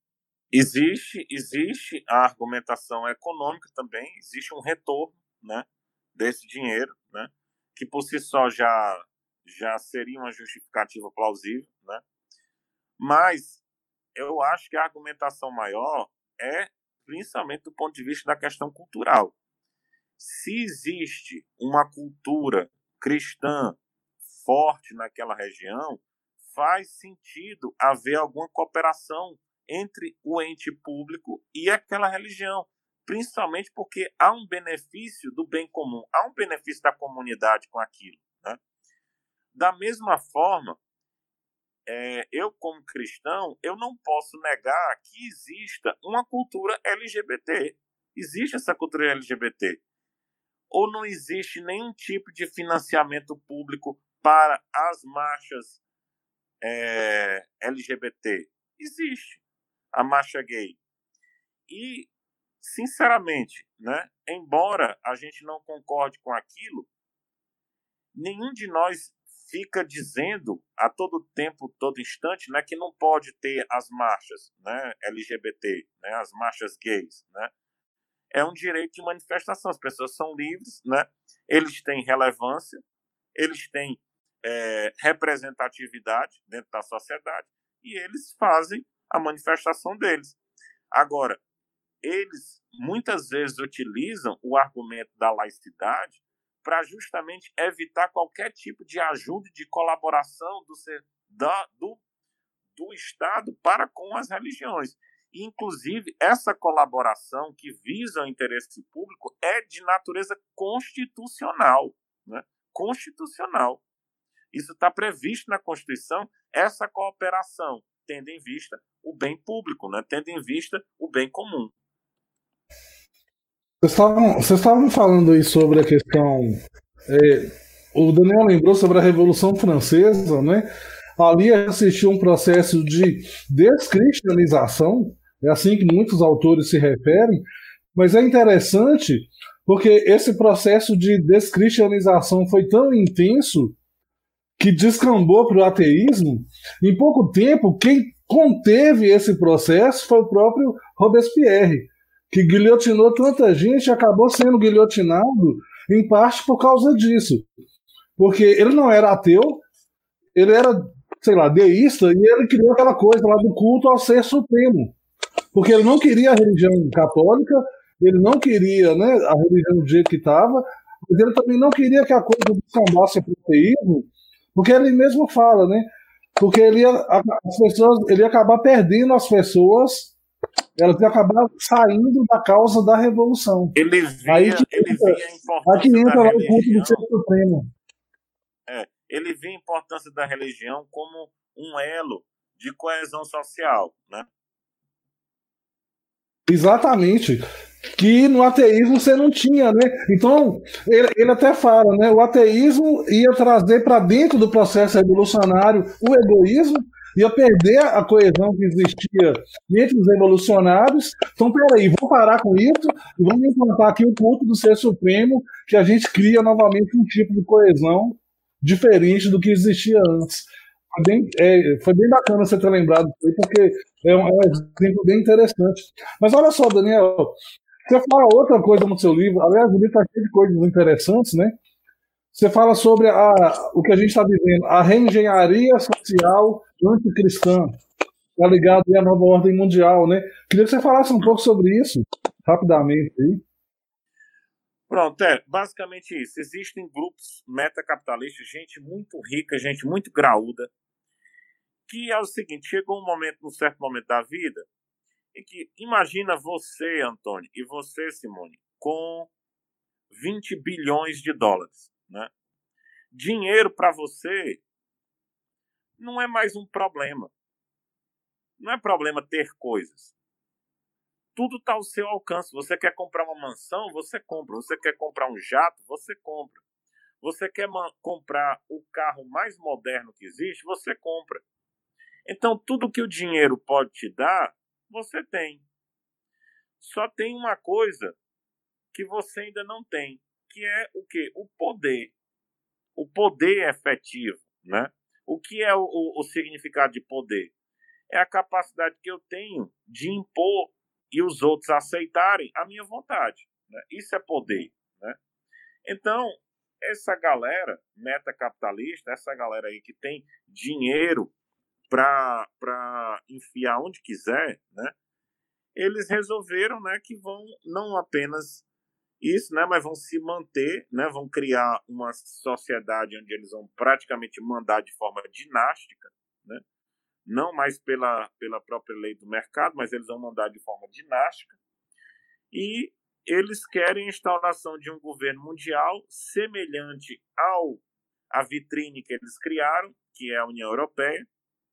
Existe a argumentação econômica também, existe um retorno, né, desse dinheiro, né, que por si só já seria uma justificativa plausível, né? Mas eu acho que a argumentação maior é principalmente do ponto de vista da questão cultural. Se existe uma cultura cristã forte naquela região, faz sentido haver alguma cooperação entre o ente público e aquela religião, principalmente porque há um benefício do bem comum, há um benefício da comunidade com aquilo, né? Da mesma forma, eu como cristão, eu não posso negar que exista uma cultura LGBT. Existe essa cultura LGBT. Ou não existe nenhum tipo de financiamento público para as marchas LGBT? Existe a marcha gay. E, sinceramente, né, embora a gente não concorde com aquilo, nenhum de nós fica dizendo a todo tempo, todo instante, né, que não pode ter as marchas, né, LGBT, né, as marchas gays, né? É um direito de manifestação, as pessoas são livres, né? Eles têm relevância, eles têm representatividade dentro da sociedade e eles fazem a manifestação deles. Agora, eles muitas vezes utilizam o argumento da laicidade para justamente evitar qualquer tipo de ajuda, de colaboração do Estado para com as religiões. E, inclusive, essa colaboração que visa o interesse público é de natureza constitucional, né? Constitucional. Isso está previsto na Constituição, essa cooperação, tendo em vista o bem público, né? Tendo em vista o bem comum. Vocês estavam falando aí sobre a questão. O Daniel lembrou sobre a Revolução Francesa, né? Ali assistiu um processo de descristianização, é assim que muitos autores se referem, mas é interessante porque esse processo de descristianização foi tão intenso que descambou para o ateísmo. Em pouco tempo, quem conteve esse processo foi o próprio Robespierre, que guilhotinou tanta gente e acabou sendo guilhotinado em parte por causa disso. Porque ele não era ateu, ele era, sei lá, deísta, e ele criou aquela coisa lá do culto ao ser supremo. Porque ele não queria a religião católica, ele não queria, né, a religião do jeito que estava, mas ele também não queria que a coisa descambasse para o ateísmo, porque ele mesmo fala, né? Porque ele ia acabar perdendo as pessoas, elas iam acabar saindo da causa da revolução. Ele via a importância da religião. Ele via a importância da religião como um elo de coesão social, né? Exatamente. Que no ateísmo você não tinha, né? Então, ele até fala, né? O ateísmo ia trazer para dentro do processo revolucionário o egoísmo, ia perder a coesão que existia entre os revolucionários. Então, peraí, vamos parar com isso e vamos implantar aqui o culto do Ser Supremo, que a gente cria novamente um tipo de coesão diferente do que existia antes. Foi bem bacana você ter lembrado disso aí, porque é um exemplo bem interessante. Mas olha só, Daniel, você fala outra coisa no seu livro, aliás, o livro está cheio de coisas interessantes, né? Você fala sobre o que a gente está vivendo, a reengenharia social anticristã, está ligado à nova ordem mundial, né? Queria que você falasse um pouco sobre isso, rapidamente. Aí. Pronto, basicamente isso. Existem grupos metacapitalistas, gente muito rica, gente muito graúda, que é o seguinte, chegou um certo momento da vida, em que imagina você, Antônio, e você, Simone, com 20 bilhões de dólares, né? Dinheiro para você não é mais um problema. Não é problema ter coisas. Tudo está ao seu alcance. Você quer comprar uma mansão, você compra. Você quer comprar um jato, você compra. Você quer comprar o carro mais moderno que existe, você compra. Então, tudo que o dinheiro pode te dar, você tem. Só tem uma coisa que você ainda não tem, que é o quê? O poder. O poder efetivo, né? O que é o significado de poder? É a capacidade que eu tenho de impor e os outros aceitarem a minha vontade, né? Isso é poder, né? Então, essa galera metacapitalista, essa galera aí que tem dinheiro para enfiar onde quiser, né? Eles resolveram, né, que vão não apenas isso, né, mas vão se manter, né, vão criar uma sociedade onde eles vão praticamente mandar de forma dinástica, né, não mais pela própria lei do mercado, mas eles vão mandar de forma dinástica, e eles querem a instauração de um governo mundial semelhante à vitrine que eles criaram, que é a União Europeia.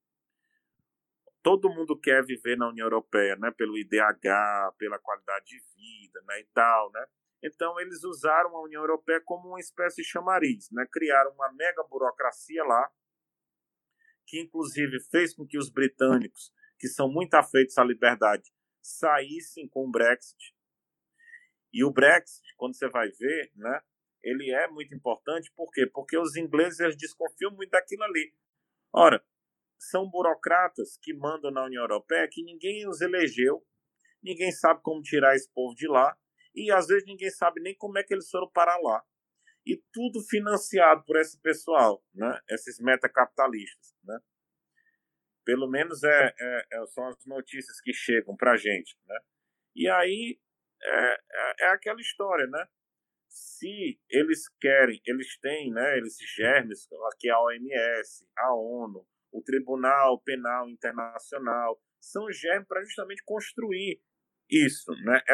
Todo mundo quer viver na União Europeia, né, pelo IDH, pela qualidade de vida, né, e tal, né? Então, eles usaram a União Europeia como uma espécie de chamariz, né? Criaram uma mega burocracia lá, que inclusive fez com que os britânicos, que são muito afeitos à liberdade, saíssem com o Brexit. E o Brexit, quando você vai ver, né, ele é muito importante, por quê? Porque os ingleses eles desconfiam muito daquilo ali. Ora, são burocratas que mandam na União Europeia que ninguém os elegeu, ninguém sabe como tirar esse povo de lá, e às vezes ninguém sabe nem como é que eles foram parar lá. E tudo financiado por esse pessoal, né? Esses metacapitalistas, né? Pelo menos são as notícias que chegam para a gente, né? E aí é aquela história, né? Se eles querem, eles têm, né, esses germes, aqui a OMS, a ONU, o Tribunal Penal Internacional, são germes para justamente construir isso, né?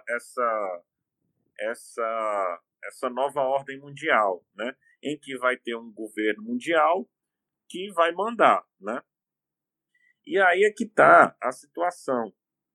Essa nova ordem mundial, né? Em que vai ter um governo mundial que vai mandar, né? E aí é que está a situação.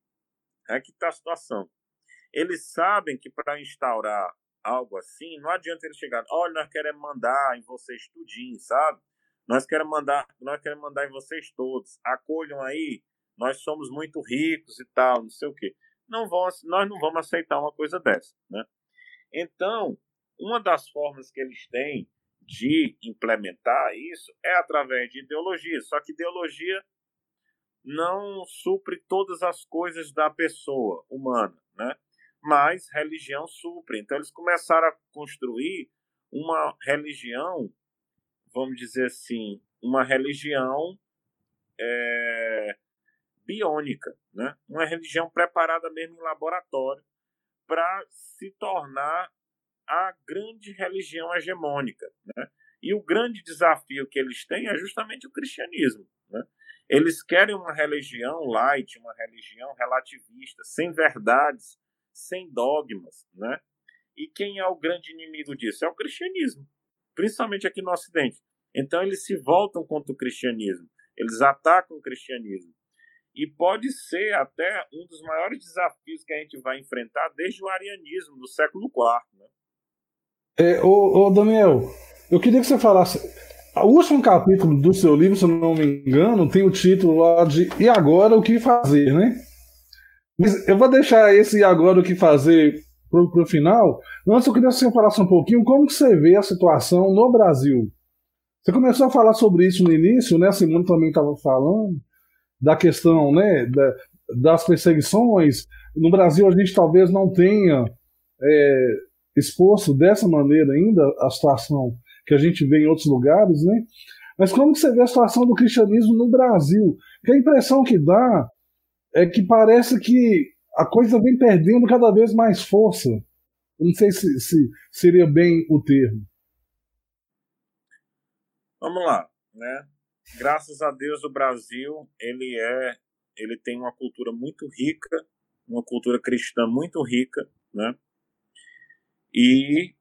Eles sabem que para instaurar algo assim, não adianta eles chegarem, olha, nós queremos mandar em vocês tudinho, sabe? Nós queremos mandar em vocês todos. Acolham aí, nós somos muito ricos e tal, não sei o quê. Nós não vamos aceitar uma coisa dessa, né? Então, uma das formas que eles têm de implementar isso é através de ideologia. Só que ideologia não supre todas as coisas da pessoa humana, né? Mas religião supre. Então, eles começaram a construir uma religião, vamos dizer assim, uma religião biônica, né? Uma religião preparada mesmo em laboratório para se tornar a grande religião hegemônica, né? E o grande desafio que eles têm é justamente o cristianismo, né? Eles querem uma religião light, uma religião relativista, sem verdades, sem dogmas, né? E quem é o grande inimigo disso? É o cristianismo, principalmente aqui no Ocidente. Então eles se voltam contra o cristianismo, eles atacam o cristianismo. E pode ser até um dos maiores desafios que a gente vai enfrentar desde o arianismo do século IV. Né? Daniel, eu queria que você falasse. O último capítulo do seu livro, se eu não me engano, tem o título lá de E agora o que fazer, né? Mas eu vou deixar esse E agora o que fazer para o final. Antes, eu queria que você falasse um pouquinho como que você vê a situação no Brasil. Você começou a falar sobre isso no início, né? A Simone também estava falando da questão, né, das perseguições. No Brasil, a gente talvez não tenha exposto dessa maneira ainda a situação que a gente vê em outros lugares, né? Mas como que você vê a situação do cristianismo no Brasil? Porque a impressão que dá é que parece que a coisa vem perdendo cada vez mais força. Eu não sei se seria bem o termo. Vamos lá, né? Graças a Deus o Brasil, ele tem uma cultura muito rica, uma cultura cristã muito rica, né? E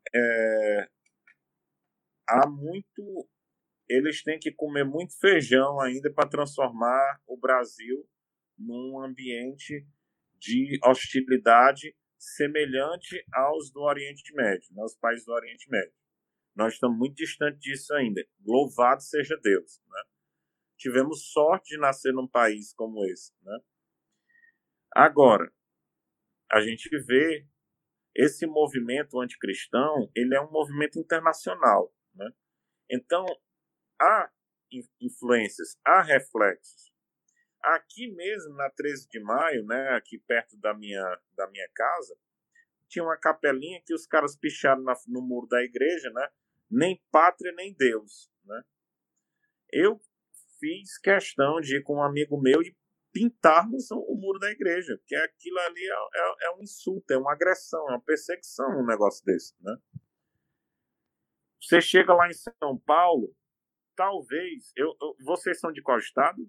eles têm que comer muito feijão ainda para transformar o Brasil num ambiente de hostilidade semelhante aos do Oriente Médio, né? Os países do Oriente Médio. Nós estamos muito distantes disso ainda. Louvado seja Deus, né? Tivemos sorte de nascer num país como esse, né? Agora, a gente vê esse movimento anticristão, ele é um movimento internacional, né? Então, há influências, há reflexos. Aqui mesmo, na 13 de maio, né, aqui perto da minha casa, tinha uma capelinha que os caras picharam no muro da igreja, né? Nem pátria, nem Deus, né? Eu fiz questão de ir com um amigo meu e pintarmos o muro da igreja, porque aquilo ali é um insulto, é uma agressão, é uma perseguição, um negócio desse, né? Você chega lá em São Paulo, talvez... vocês são de qual estado?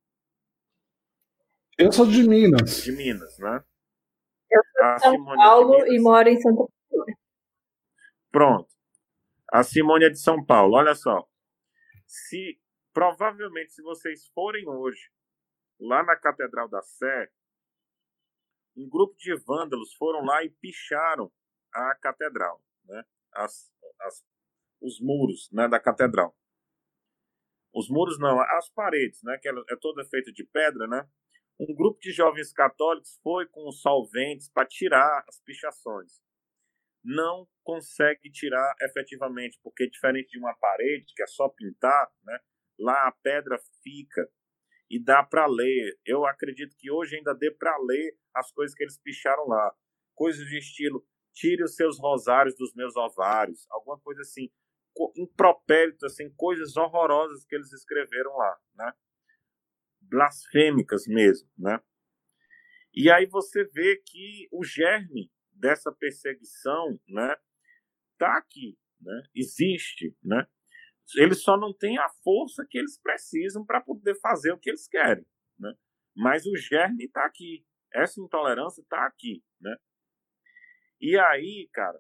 Eu sou de Minas. De Minas, né? Eu sou de São Paulo e moro em Santa Catarina. Pronto. A Simone é de São Paulo. Olha só. Provavelmente, se vocês forem hoje lá na Catedral da Sé, um grupo de vândalos foram lá e picharam a catedral, né? Os muros, né, da catedral. Os muros não, as paredes, né, que é toda feita de pedra, né? Um grupo de jovens católicos foi com os solventes para tirar as pichações. Não consegue tirar efetivamente, porque diferente de uma parede, que é só pintar, né, lá a pedra fica e dá para ler. Eu acredito que hoje ainda dê para ler as coisas que eles picharam lá. Coisas de estilo, tire os seus rosários dos meus ovários, alguma coisa assim, impropérito, assim, coisas horrorosas que eles escreveram lá, né? Blasfêmicas mesmo, né? E aí você vê que o germe dessa perseguição, né, tá aqui, né? Existe, né? Eles só não têm a força que eles precisam para poder fazer o que eles querem, né? Mas o germe está aqui, essa intolerância está aqui, né? E aí, cara,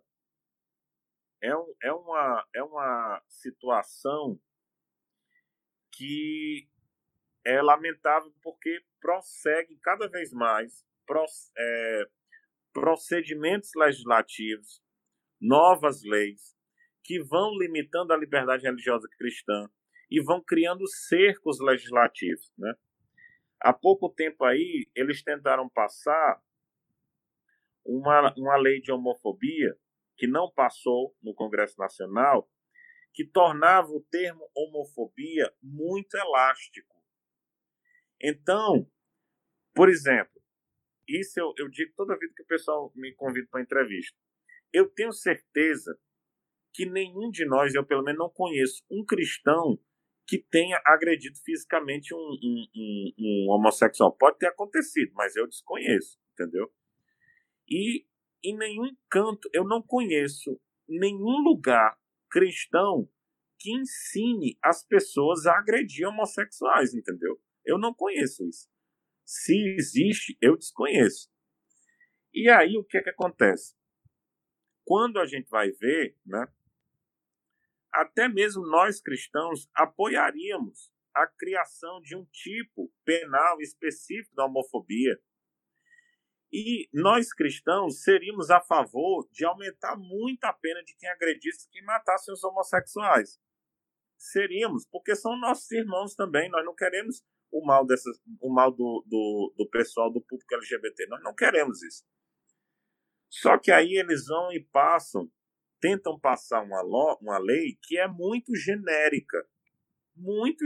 é uma situação que é lamentável porque prossegue cada vez mais procedimentos legislativos, novas leis que vão limitando a liberdade religiosa cristã e vão criando cercos legislativos, né? Há pouco tempo aí, eles tentaram passar uma lei de homofobia que não passou no Congresso Nacional, que tornava o termo homofobia muito elástico. Então, por exemplo, isso eu digo toda vez que o pessoal me convida para entrevista. Eu tenho certeza que nenhum de nós, eu pelo menos não conheço, um cristão que tenha agredido fisicamente um homossexual. Pode ter acontecido, mas eu desconheço, entendeu? E em nenhum canto, eu não conheço nenhum lugar cristão que ensine as pessoas a agredir homossexuais, entendeu? Eu não conheço isso. Se existe, eu desconheço. E aí, o que é que acontece? Quando a gente vai ver, né, até mesmo nós cristãos apoiaríamos a criação de um tipo penal específico da homofobia. E nós, cristãos, seríamos a favor de aumentar muito a pena de quem agredisse e quem matasse os homossexuais. Seríamos, porque são nossos irmãos também. Nós não queremos o mal do pessoal do público LGBT. Nós não queremos isso. Só que aí eles vão e tentam passar uma lei que é muito genérica, muito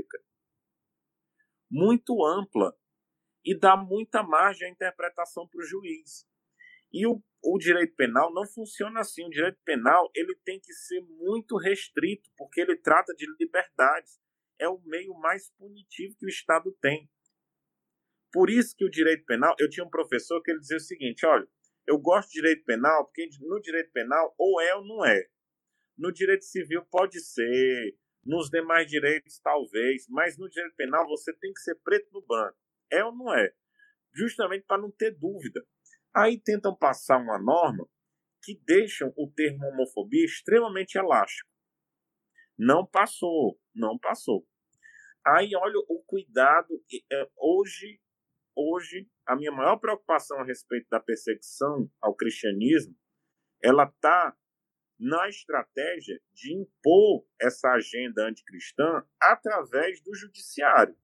ampla, e dá muita margem à interpretação para o juiz. E o direito penal não funciona assim. O direito penal ele tem que ser muito restrito, porque ele trata de liberdades. É o meio mais punitivo que o Estado tem. Por isso que o direito penal... Eu tinha um professor que ele dizia o seguinte, olha, eu gosto de direito penal porque no direito penal ou é ou não é. No direito civil pode ser, nos demais direitos talvez, mas no direito penal você tem que ser preto no branco. É ou não é? Justamente para não ter dúvida. Aí tentam passar uma norma que deixam o termo homofobia extremamente elástico. Não passou. Aí olha o cuidado. Hoje, a minha maior preocupação a respeito da perseguição ao cristianismo, ela está na estratégia de impor essa agenda anticristã através do judiciário.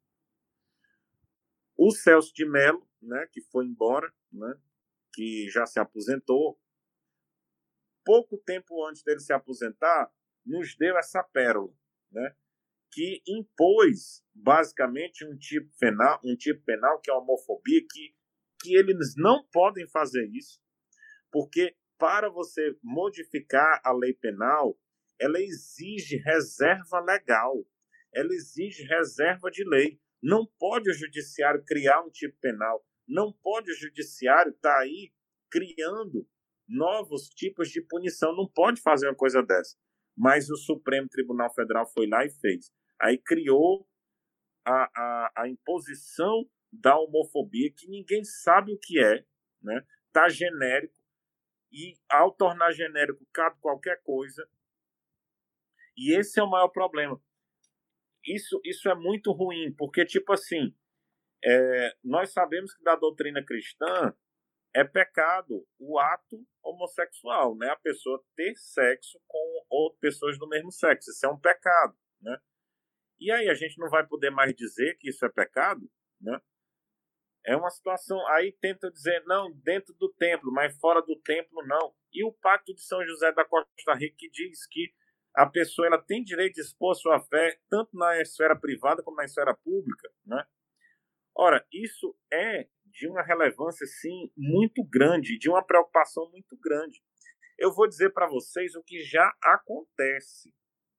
O Celso de Mello, né, que foi embora, né, que já se aposentou, pouco tempo antes dele se aposentar, nos deu essa pérola, né, que impôs basicamente um tipo penal que é a homofobia, que eles não podem fazer isso, porque para você modificar a lei penal, ela exige reserva legal, ela exige reserva de lei. Não pode o judiciário criar um tipo penal, não pode o judiciário estar aí criando novos tipos de punição, não pode fazer uma coisa dessa. Mas o Supremo Tribunal Federal foi lá e fez. Aí criou a imposição da homofobia, que ninguém sabe o que é, né? Tá genérico, e ao tornar genérico cabe qualquer coisa. E esse é o maior problema. Isso é muito ruim, porque, tipo assim, nós sabemos que da doutrina cristã é pecado o ato homossexual, né? A pessoa ter sexo com outras pessoas do mesmo sexo. Isso é um pecado, né? E aí a gente não vai poder mais dizer que isso é pecado, né? É uma situação... Aí tenta dizer, não, dentro do templo, mas fora do templo, não. E o Pacto de São José da Costa Rica que diz que a pessoa ela tem direito de expor sua fé tanto na esfera privada como na esfera pública, né? Ora, isso é de uma relevância, sim, muito grande, de uma preocupação muito grande. Eu vou dizer para vocês o que já acontece.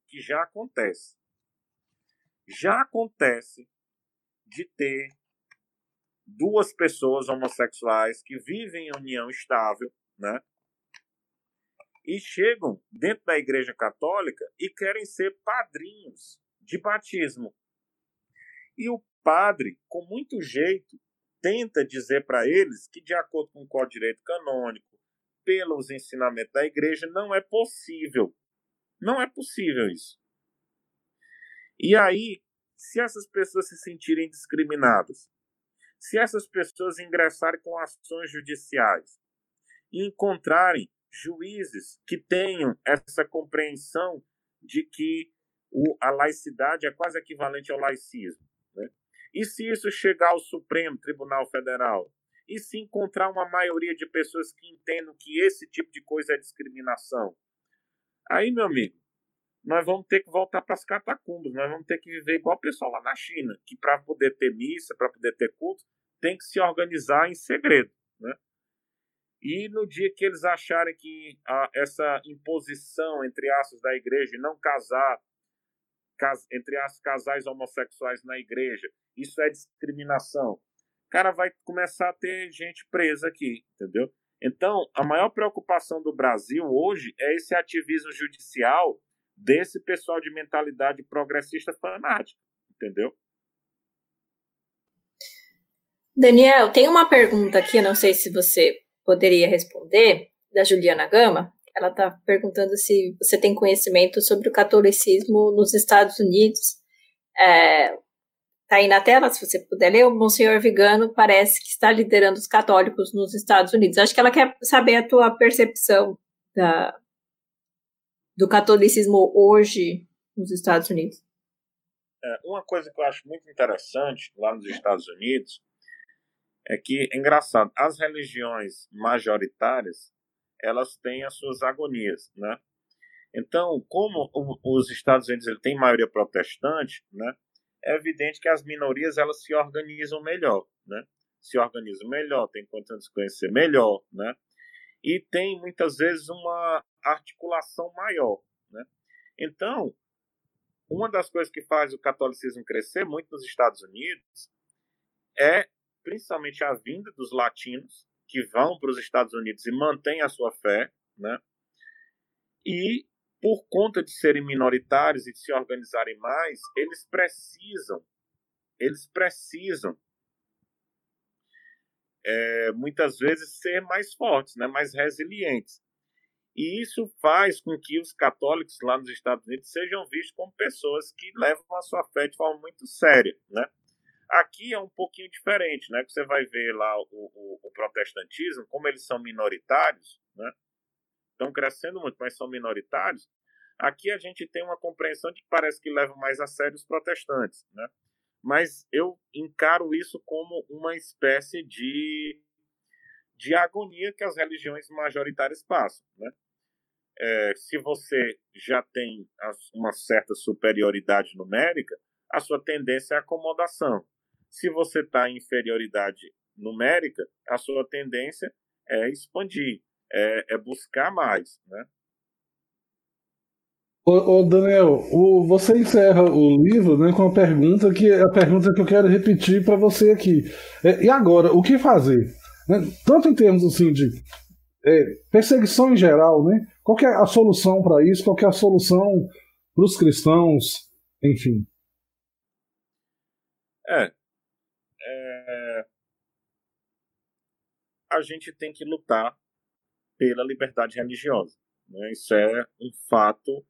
Já acontece de ter duas pessoas homossexuais que vivem em união estável, né? E chegam dentro da Igreja Católica e querem ser padrinhos de batismo. E o padre, com muito jeito, tenta dizer para eles que, de acordo com o Código de Direito Canônico, pelos ensinamentos da Igreja, não é possível. Não é possível isso. E aí, se essas pessoas se sentirem discriminadas, se essas pessoas ingressarem com ações judiciais e encontrarem juízes que tenham essa compreensão de que a laicidade é quase equivalente ao laicismo, né? E se isso chegar ao Supremo Tribunal Federal, e se encontrar uma maioria de pessoas que entendam que esse tipo de coisa é discriminação, aí, meu amigo, nós vamos ter que voltar para as catacumbas, nós vamos ter que viver igual o pessoal lá na China, que para poder ter missa, para poder ter culto, tem que se organizar em segredo, né? E no dia que eles acharem que essa imposição, entre aspas, da igreja, não casar, entre aspas, casais homossexuais na igreja, isso é discriminação, cara, vai começar a ter gente presa aqui, entendeu? Então, a maior preocupação do Brasil hoje é esse ativismo judicial desse pessoal de mentalidade progressista fanática, entendeu? Daniel, tem uma pergunta aqui, não sei se você poderia responder, da Juliana Gama. Ela está perguntando se você tem conhecimento sobre o catolicismo nos Estados Unidos, Está aí na tela, se você puder ler, o Monsenhor Vigano parece que está liderando os católicos nos Estados Unidos. Acho que ela quer saber a tua percepção do catolicismo hoje nos Estados Unidos. Uma coisa que eu acho muito interessante lá nos Estados Unidos é que, é engraçado, as religiões majoritárias, elas têm as suas agonias, né? Então, como os Estados Unidos ele tem maioria protestante, né? É evidente que as minorias elas se organizam melhor, né? Se organizam melhor, têm condição de se conhecer melhor, né? E tem muitas vezes uma articulação maior, né? Então, uma das coisas que faz o catolicismo crescer muito nos Estados Unidos é principalmente a vinda dos latinos que vão para os Estados Unidos e mantêm a sua fé, né? E por conta de serem minoritários e de se organizarem mais, eles precisam muitas vezes ser mais fortes, né? Mais resilientes. E isso faz com que os católicos lá nos Estados Unidos sejam vistos como pessoas que levam a sua fé de forma muito séria, né? Aqui é um pouquinho diferente, né? Você vai ver lá o protestantismo, como eles são minoritários, né? Estão crescendo muito, mas são minoritários. Aqui a gente tem uma compreensão de que parece que levam mais a sério os protestantes, né? Mas eu encaro isso como uma espécie de agonia que as religiões majoritárias passam, né? Se você já tem uma certa superioridade numérica, a sua tendência é a acomodação. Se você está em inferioridade numérica, a sua tendência é expandir, é buscar mais, né? Ô Daniel, você encerra o livro, né, com uma pergunta que é a pergunta que eu quero repetir para você aqui. E agora, o que fazer? Né? Tanto em termos assim, de perseguição em geral, né? Qual que é a solução para isso? Qual que é a solução para os cristãos? Enfim. A gente tem que lutar pela liberdade religiosa, né? Isso é um fato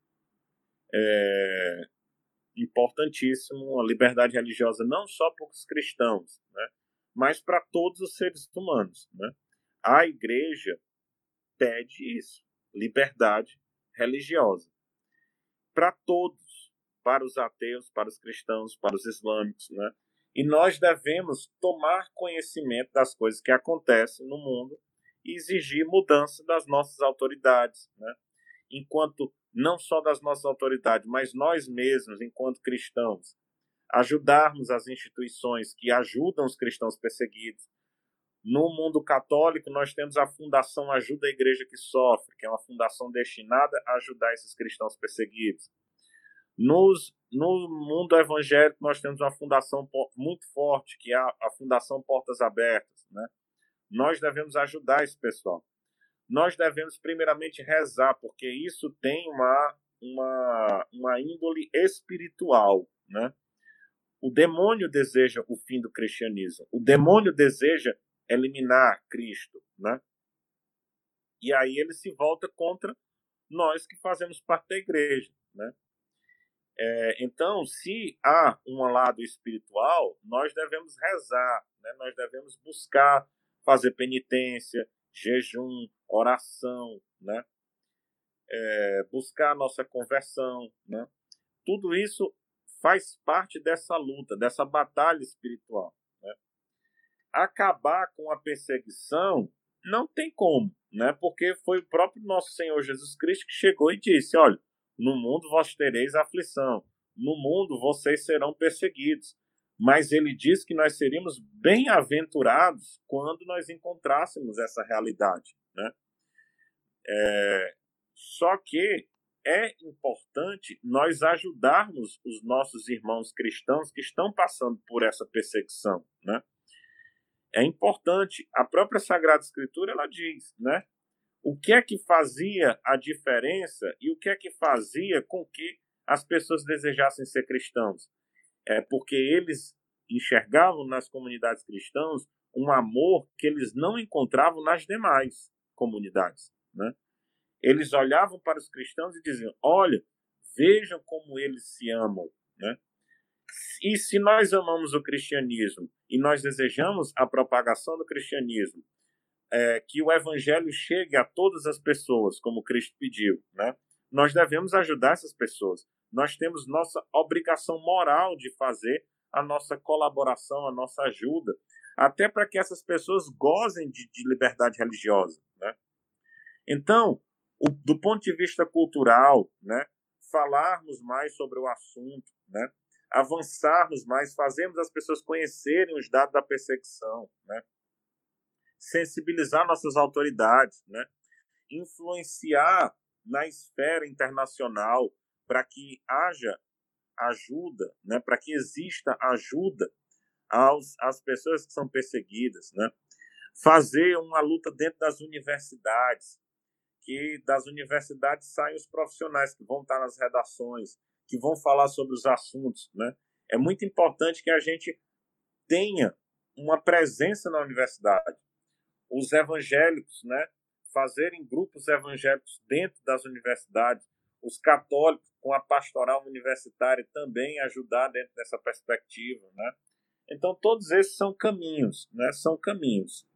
importantíssimo, a liberdade religiosa não só para os cristãos, né? Mas para todos os seres humanos, né? A igreja pede isso, liberdade religiosa, para todos, para os ateus, para os cristãos, para os islâmicos, né? E nós devemos tomar conhecimento das coisas que acontecem no mundo e exigir mudança das nossas autoridades, né? Enquanto não só das nossas autoridades, mas nós mesmos, enquanto cristãos, ajudarmos as instituições que ajudam os cristãos perseguidos. No mundo católico, nós temos a Fundação Ajuda a Igreja que Sofre, que é uma fundação destinada a ajudar esses cristãos perseguidos. No mundo evangélico, nós temos uma fundação muito forte, que é a Fundação Portas Abertas, né? Nós devemos ajudar esse pessoal. Nós devemos, primeiramente, rezar, porque isso tem uma índole espiritual, né? O demônio deseja o fim do cristianismo. O demônio deseja eliminar Cristo, né? E aí ele se volta contra nós que fazemos parte da igreja, né? Então, se há um lado espiritual, nós devemos rezar, né? Nós devemos buscar fazer penitência, jejum, oração, né? Buscar a nossa conversão, né? Tudo isso faz parte dessa luta, dessa batalha espiritual, né? Acabar com a perseguição não tem como, né? Porque foi o próprio nosso Senhor Jesus Cristo que chegou e disse: olha, no mundo vós tereis aflição, no mundo vocês serão perseguidos. Mas ele diz que nós seríamos bem-aventurados quando nós encontrássemos essa realidade, né? Só que é importante nós ajudarmos os nossos irmãos cristãos que estão passando por essa perseguição, né? É importante. A própria Sagrada Escritura, ela diz, né? O que é que fazia a diferença e o que é que fazia com que as pessoas desejassem ser cristãos? Porque eles enxergavam nas comunidades cristãs um amor que eles não encontravam nas demais comunidades, né? Eles olhavam para os cristãos e diziam: olha, vejam como eles se amam, né? E se nós amamos o cristianismo e nós desejamos a propagação do cristianismo, que o evangelho chegue a todas as pessoas, como Cristo pediu, né? Nós devemos ajudar essas pessoas. Nós temos nossa obrigação moral de fazer a nossa colaboração, a nossa ajuda, até para que essas pessoas gozem de liberdade religiosa, né? Então, do ponto de vista cultural, né, falarmos mais sobre o assunto, né, avançarmos mais, fazermos as pessoas conhecerem os dados da perseguição, né, sensibilizar nossas autoridades, né, influenciar na esfera internacional para que haja ajuda, né, para que exista ajuda às pessoas que são perseguidas, né, fazer uma luta dentro das universidades, que das universidades saiam os profissionais que vão estar nas redações, que vão falar sobre os assuntos, né? É muito importante que a gente tenha uma presença na universidade. Os evangélicos, né, fazerem grupos evangélicos dentro das universidades, os católicos com a pastoral universitária também ajudar dentro dessa perspectiva, né? Então, todos esses são caminhos, né? São caminhos.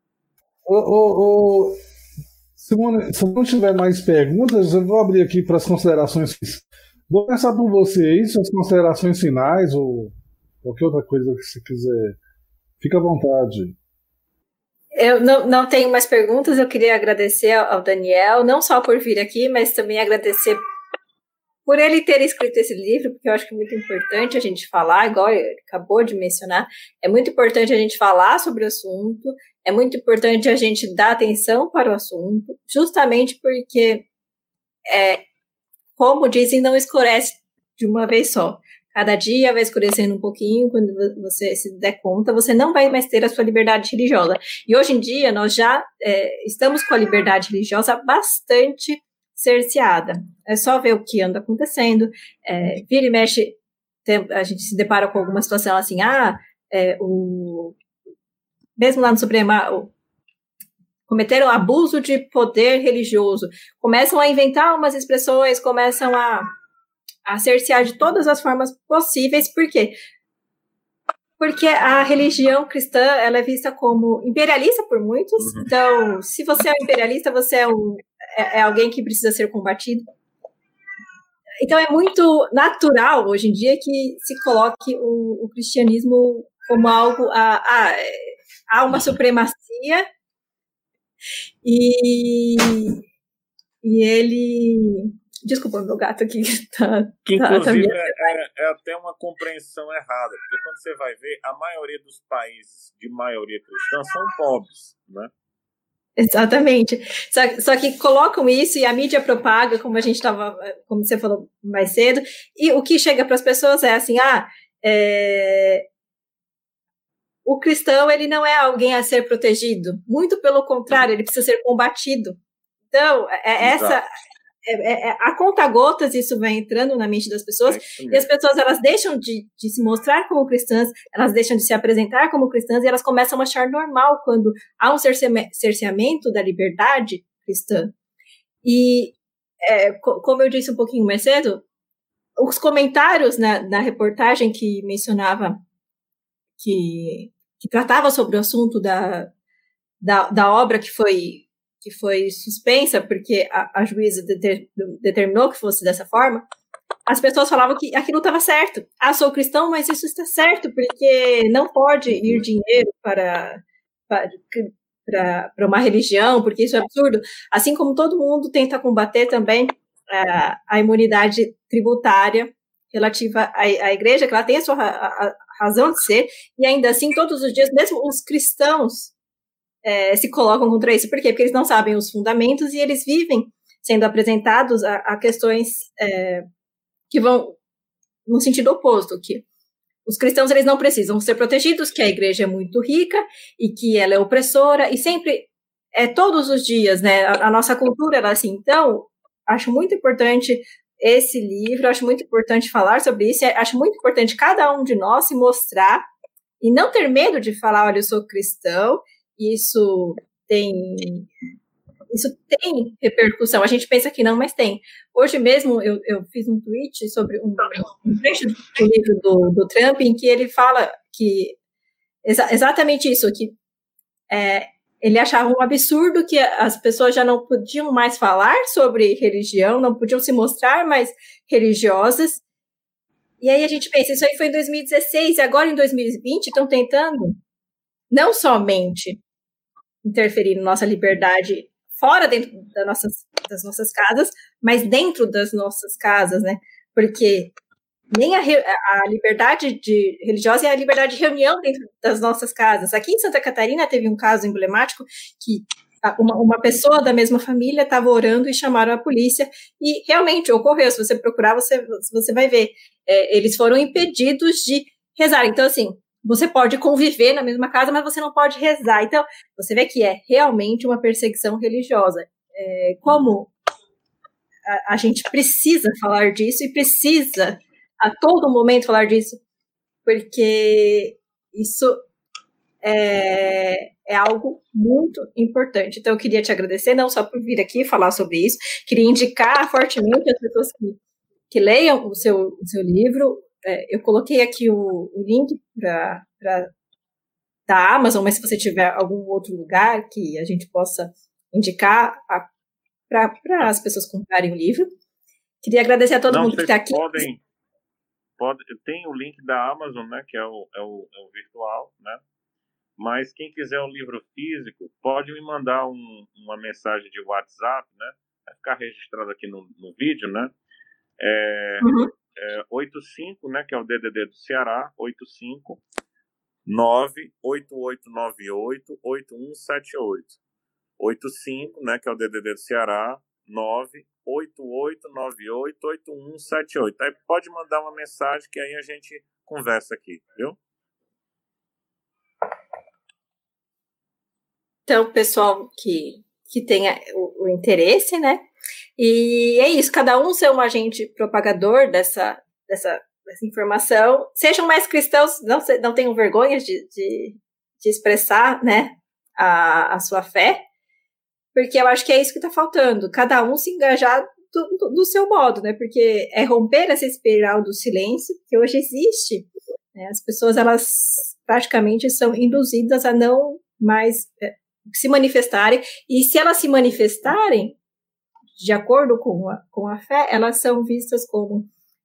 Simone, se não tiver mais perguntas, eu vou abrir aqui para as considerações. Vou começar por você aí, suas considerações finais ou qualquer outra coisa que você quiser. Fica à vontade. Eu não tenho mais perguntas, eu queria agradecer ao Daniel, não só por vir aqui, mas também agradecer por ele ter escrito esse livro, porque eu acho que é muito importante a gente falar, igual ele acabou de mencionar, é muito importante a gente falar sobre o assunto, é muito importante a gente dar atenção para o assunto, justamente porque, como dizem, não escurece de uma vez só. Cada dia vai escurecendo um pouquinho, quando você se der conta, você não vai mais ter a sua liberdade religiosa. E hoje em dia, nós já estamos com a liberdade religiosa bastante cerceada. É só ver o que anda acontecendo. Vira e mexe, a gente se depara com alguma situação assim, mesmo lá no Supremo, cometeram abuso de poder religioso, começam a inventar umas expressões, começam a cercear de todas as formas possíveis. Por quê? Porque a religião cristã, ela é vista como imperialista por muitos. Então, se você é um imperialista, você é alguém que precisa ser combatido. Então, é muito natural, hoje em dia, que se coloque o cristianismo como algo... Há uma supremacia e ele... Desculpa, meu gato aqui que inclusive é até uma compreensão errada, porque quando você vai ver, a maioria dos países de maioria cristã são pobres, né? Exatamente. Só que colocam isso e a mídia propaga, como você falou mais cedo, e o que chega para as pessoas é assim, o cristão, ele não é alguém a ser protegido, muito pelo contrário, ele precisa ser combatido. Então, a conta-gotas isso vai entrando na mente das pessoas, e as pessoas, elas deixam de se mostrar como cristãs, elas deixam de se apresentar como cristãs, e elas começam a achar normal quando há um cerceamento da liberdade cristã. E, como eu disse um pouquinho mais cedo, os comentários na reportagem que mencionava, que tratava sobre o assunto da obra que foi suspensa, porque a juíza determinou que fosse dessa forma, as pessoas falavam que aquilo estava certo. Sou cristão, mas isso está certo, porque não pode ir dinheiro para uma religião, porque isso é absurdo. Assim como todo mundo tenta combater também a imunidade tributária relativa à igreja, que ela tem a sua razão de ser, e ainda assim, todos os dias, mesmo os cristãos se colocam contra isso. Por quê? Porque eles não sabem os fundamentos e eles vivem sendo apresentados a questões que vão no sentido oposto, que os cristãos, eles não precisam ser protegidos, que a igreja é muito rica e que ela é opressora, e sempre, todos os dias, né, a nossa cultura era assim. Então, acho muito importante esse livro, acho muito importante falar sobre isso, acho muito importante cada um de nós se mostrar e não ter medo de falar, olha, eu sou cristão, isso tem isso tem repercussão. A gente pensa que não, mas tem. Hoje mesmo eu fiz um tweet sobre um trecho do livro do Trump, em que ele fala que exatamente isso, que ele achava um absurdo que as pessoas já não podiam mais falar sobre religião, não podiam se mostrar mais religiosas. E aí a gente pensa, isso aí foi em 2016, e agora em 2020 estão tentando não somente interferir na nossa liberdade fora dentro das nossas casas, mas dentro das nossas casas, né? Porque nem a liberdade religiosa é a liberdade de reunião dentro das nossas casas. Aqui em Santa Catarina teve um caso emblemático que uma pessoa da mesma família estava orando e chamaram a polícia, e realmente ocorreu. Se você procurar, você vai ver. Eles foram impedidos de rezar. Então, assim, você pode conviver na mesma casa, mas você não pode rezar. Então, você vê que é realmente uma perseguição religiosa. Como a gente precisa falar disso e precisa a todo momento falar disso, porque isso é algo muito importante. Então, eu queria te agradecer, não só por vir aqui falar sobre isso, queria indicar fortemente as pessoas que leiam o seu livro. Eu coloquei aqui o link da Amazon, mas se você tiver algum outro lugar que a gente possa indicar para as pessoas comprarem o livro. Queria agradecer a todo mundo que está aqui. Tem o link da Amazon, né, que é o virtual, né? Mas quem quiser o livro físico, pode me mandar uma mensagem de WhatsApp, né? Vai ficar registrado aqui no vídeo, né? 85, né, que é o DDD do Ceará, 85 98898 8178. 85, né, que é o DDD do Ceará, 988988178. Aí pode mandar uma mensagem que aí a gente conversa aqui, viu? Então, pessoal que tenha o interesse, né? E é isso, cada um ser um agente propagador dessa informação. Sejam mais cristãos, não tenham vergonha de expressar, né, a sua fé, porque eu acho que é isso que está faltando, cada um se engajar do seu modo, né, porque é romper essa espiral do silêncio que hoje existe, né, as pessoas, elas praticamente são induzidas a não mais se manifestarem, e se elas se manifestarem de acordo com a fé, elas são vistas como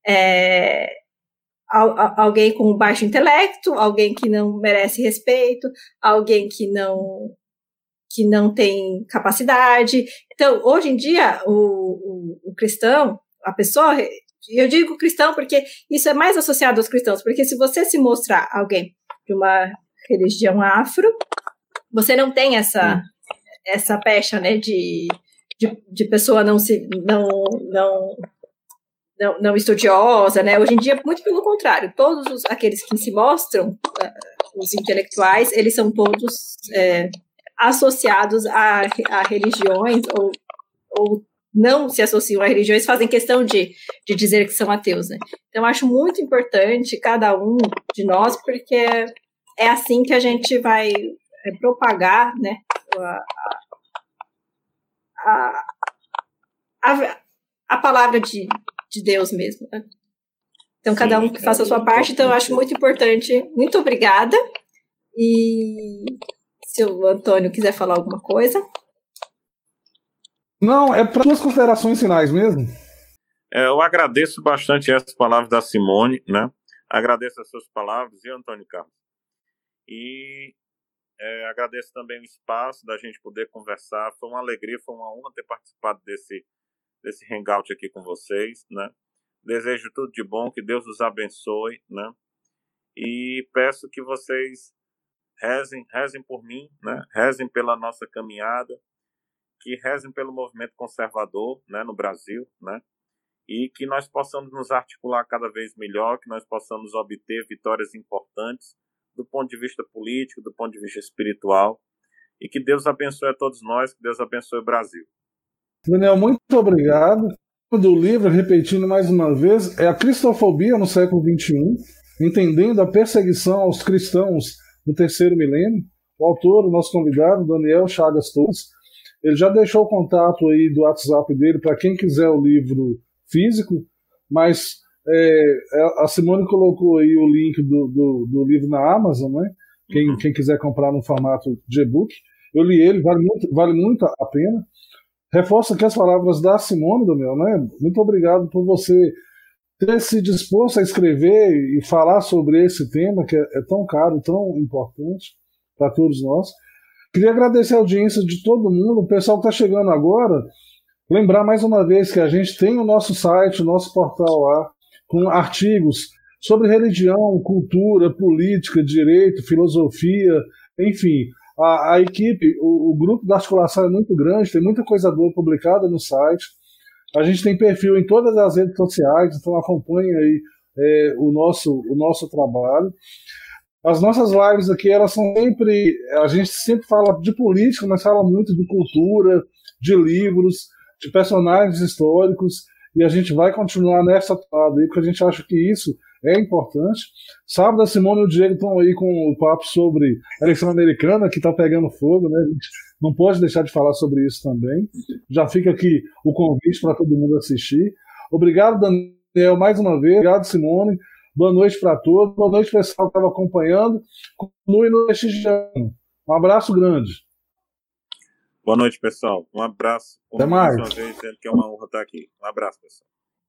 alguém com baixo intelecto, alguém que não merece respeito, alguém que não tem capacidade. Então, hoje em dia, o cristão, a pessoa, eu digo cristão porque isso é mais associado aos cristãos, porque se você se mostrar alguém de uma religião afro, você não tem essa pecha, né, de pessoa não estudiosa, né? Hoje em dia, muito pelo contrário, todos aqueles que se mostram, os intelectuais, eles são todos associados a religiões ou não se associam a religiões, fazem questão de dizer que são ateus, né? Então, acho muito importante cada um de nós, porque é assim que a gente vai propagar, né, a palavra de Deus mesmo, né? Então, cada um que faça a sua parte. Então, eu acho muito importante. Muito obrigada. E se o Antônio quiser falar alguma coisa. Não, é para suas considerações finais mesmo. Eu agradeço bastante essas palavras da Simone, né? Agradeço as suas palavras, e Antônio Carlos. E agradeço também o espaço da gente poder conversar. Foi uma alegria, foi uma honra ter participado desse hangout aqui com vocês, né? Desejo tudo de bom, que Deus os abençoe, né? E peço que vocês rezem por mim, né? Rezem pela nossa caminhada, que rezem pelo movimento conservador, né, no Brasil, né? E que nós possamos nos articular cada vez melhor, que nós possamos obter vitórias importantes do ponto de vista político, do ponto de vista espiritual, e que Deus abençoe a todos nós, que Deus abençoe o Brasil. Daniel, muito obrigado. O do livro, repetindo mais uma vez, é A Cristofobia no Século XXI, entendendo a perseguição aos cristãos do terceiro milênio. O autor, o nosso convidado, Daniel Chagas Torres. Ele já deixou o contato aí do WhatsApp dele para quem quiser o livro físico, mas a Simone colocou aí o link do livro na Amazon, né? Quem quiser comprar no formato de e-book. Eu li ele, vale muito a pena. Reforço aqui as palavras da Simone, Daniel, né? Muito obrigado por você ter se disposto a escrever e falar sobre esse tema que é tão caro, tão importante para todos nós. Queria agradecer a audiência de todo mundo, o pessoal que está chegando agora. Lembrar mais uma vez que a gente tem o nosso site, o nosso portal lá, com artigos sobre religião, cultura, política, direito, filosofia, enfim. A equipe, o grupo da articulação é muito grande, tem muita coisa boa publicada no site. A gente tem perfil em todas as redes sociais, então acompanhe aí o nosso trabalho. As nossas lives aqui, elas são sempre... A gente sempre fala de política, mas fala muito de cultura, de livros, de personagens históricos, e a gente vai continuar nessa toada aí, porque a gente acha que isso é importante. Sábado, a Simone e o Diego estão aí com o papo sobre a eleição americana, que está pegando fogo, né? A gente não pode deixar de falar sobre isso também. Já fica aqui o convite para todo mundo assistir. Obrigado, Daniel, mais uma vez. Obrigado, Simone. Boa noite para todos. Boa noite, pessoal que estava acompanhando. Continue no prestigiando. Um abraço grande. Boa noite, pessoal. Um abraço. Até mais. Uma vez, dizendo que é uma honra estar aqui. Um abraço, pessoal.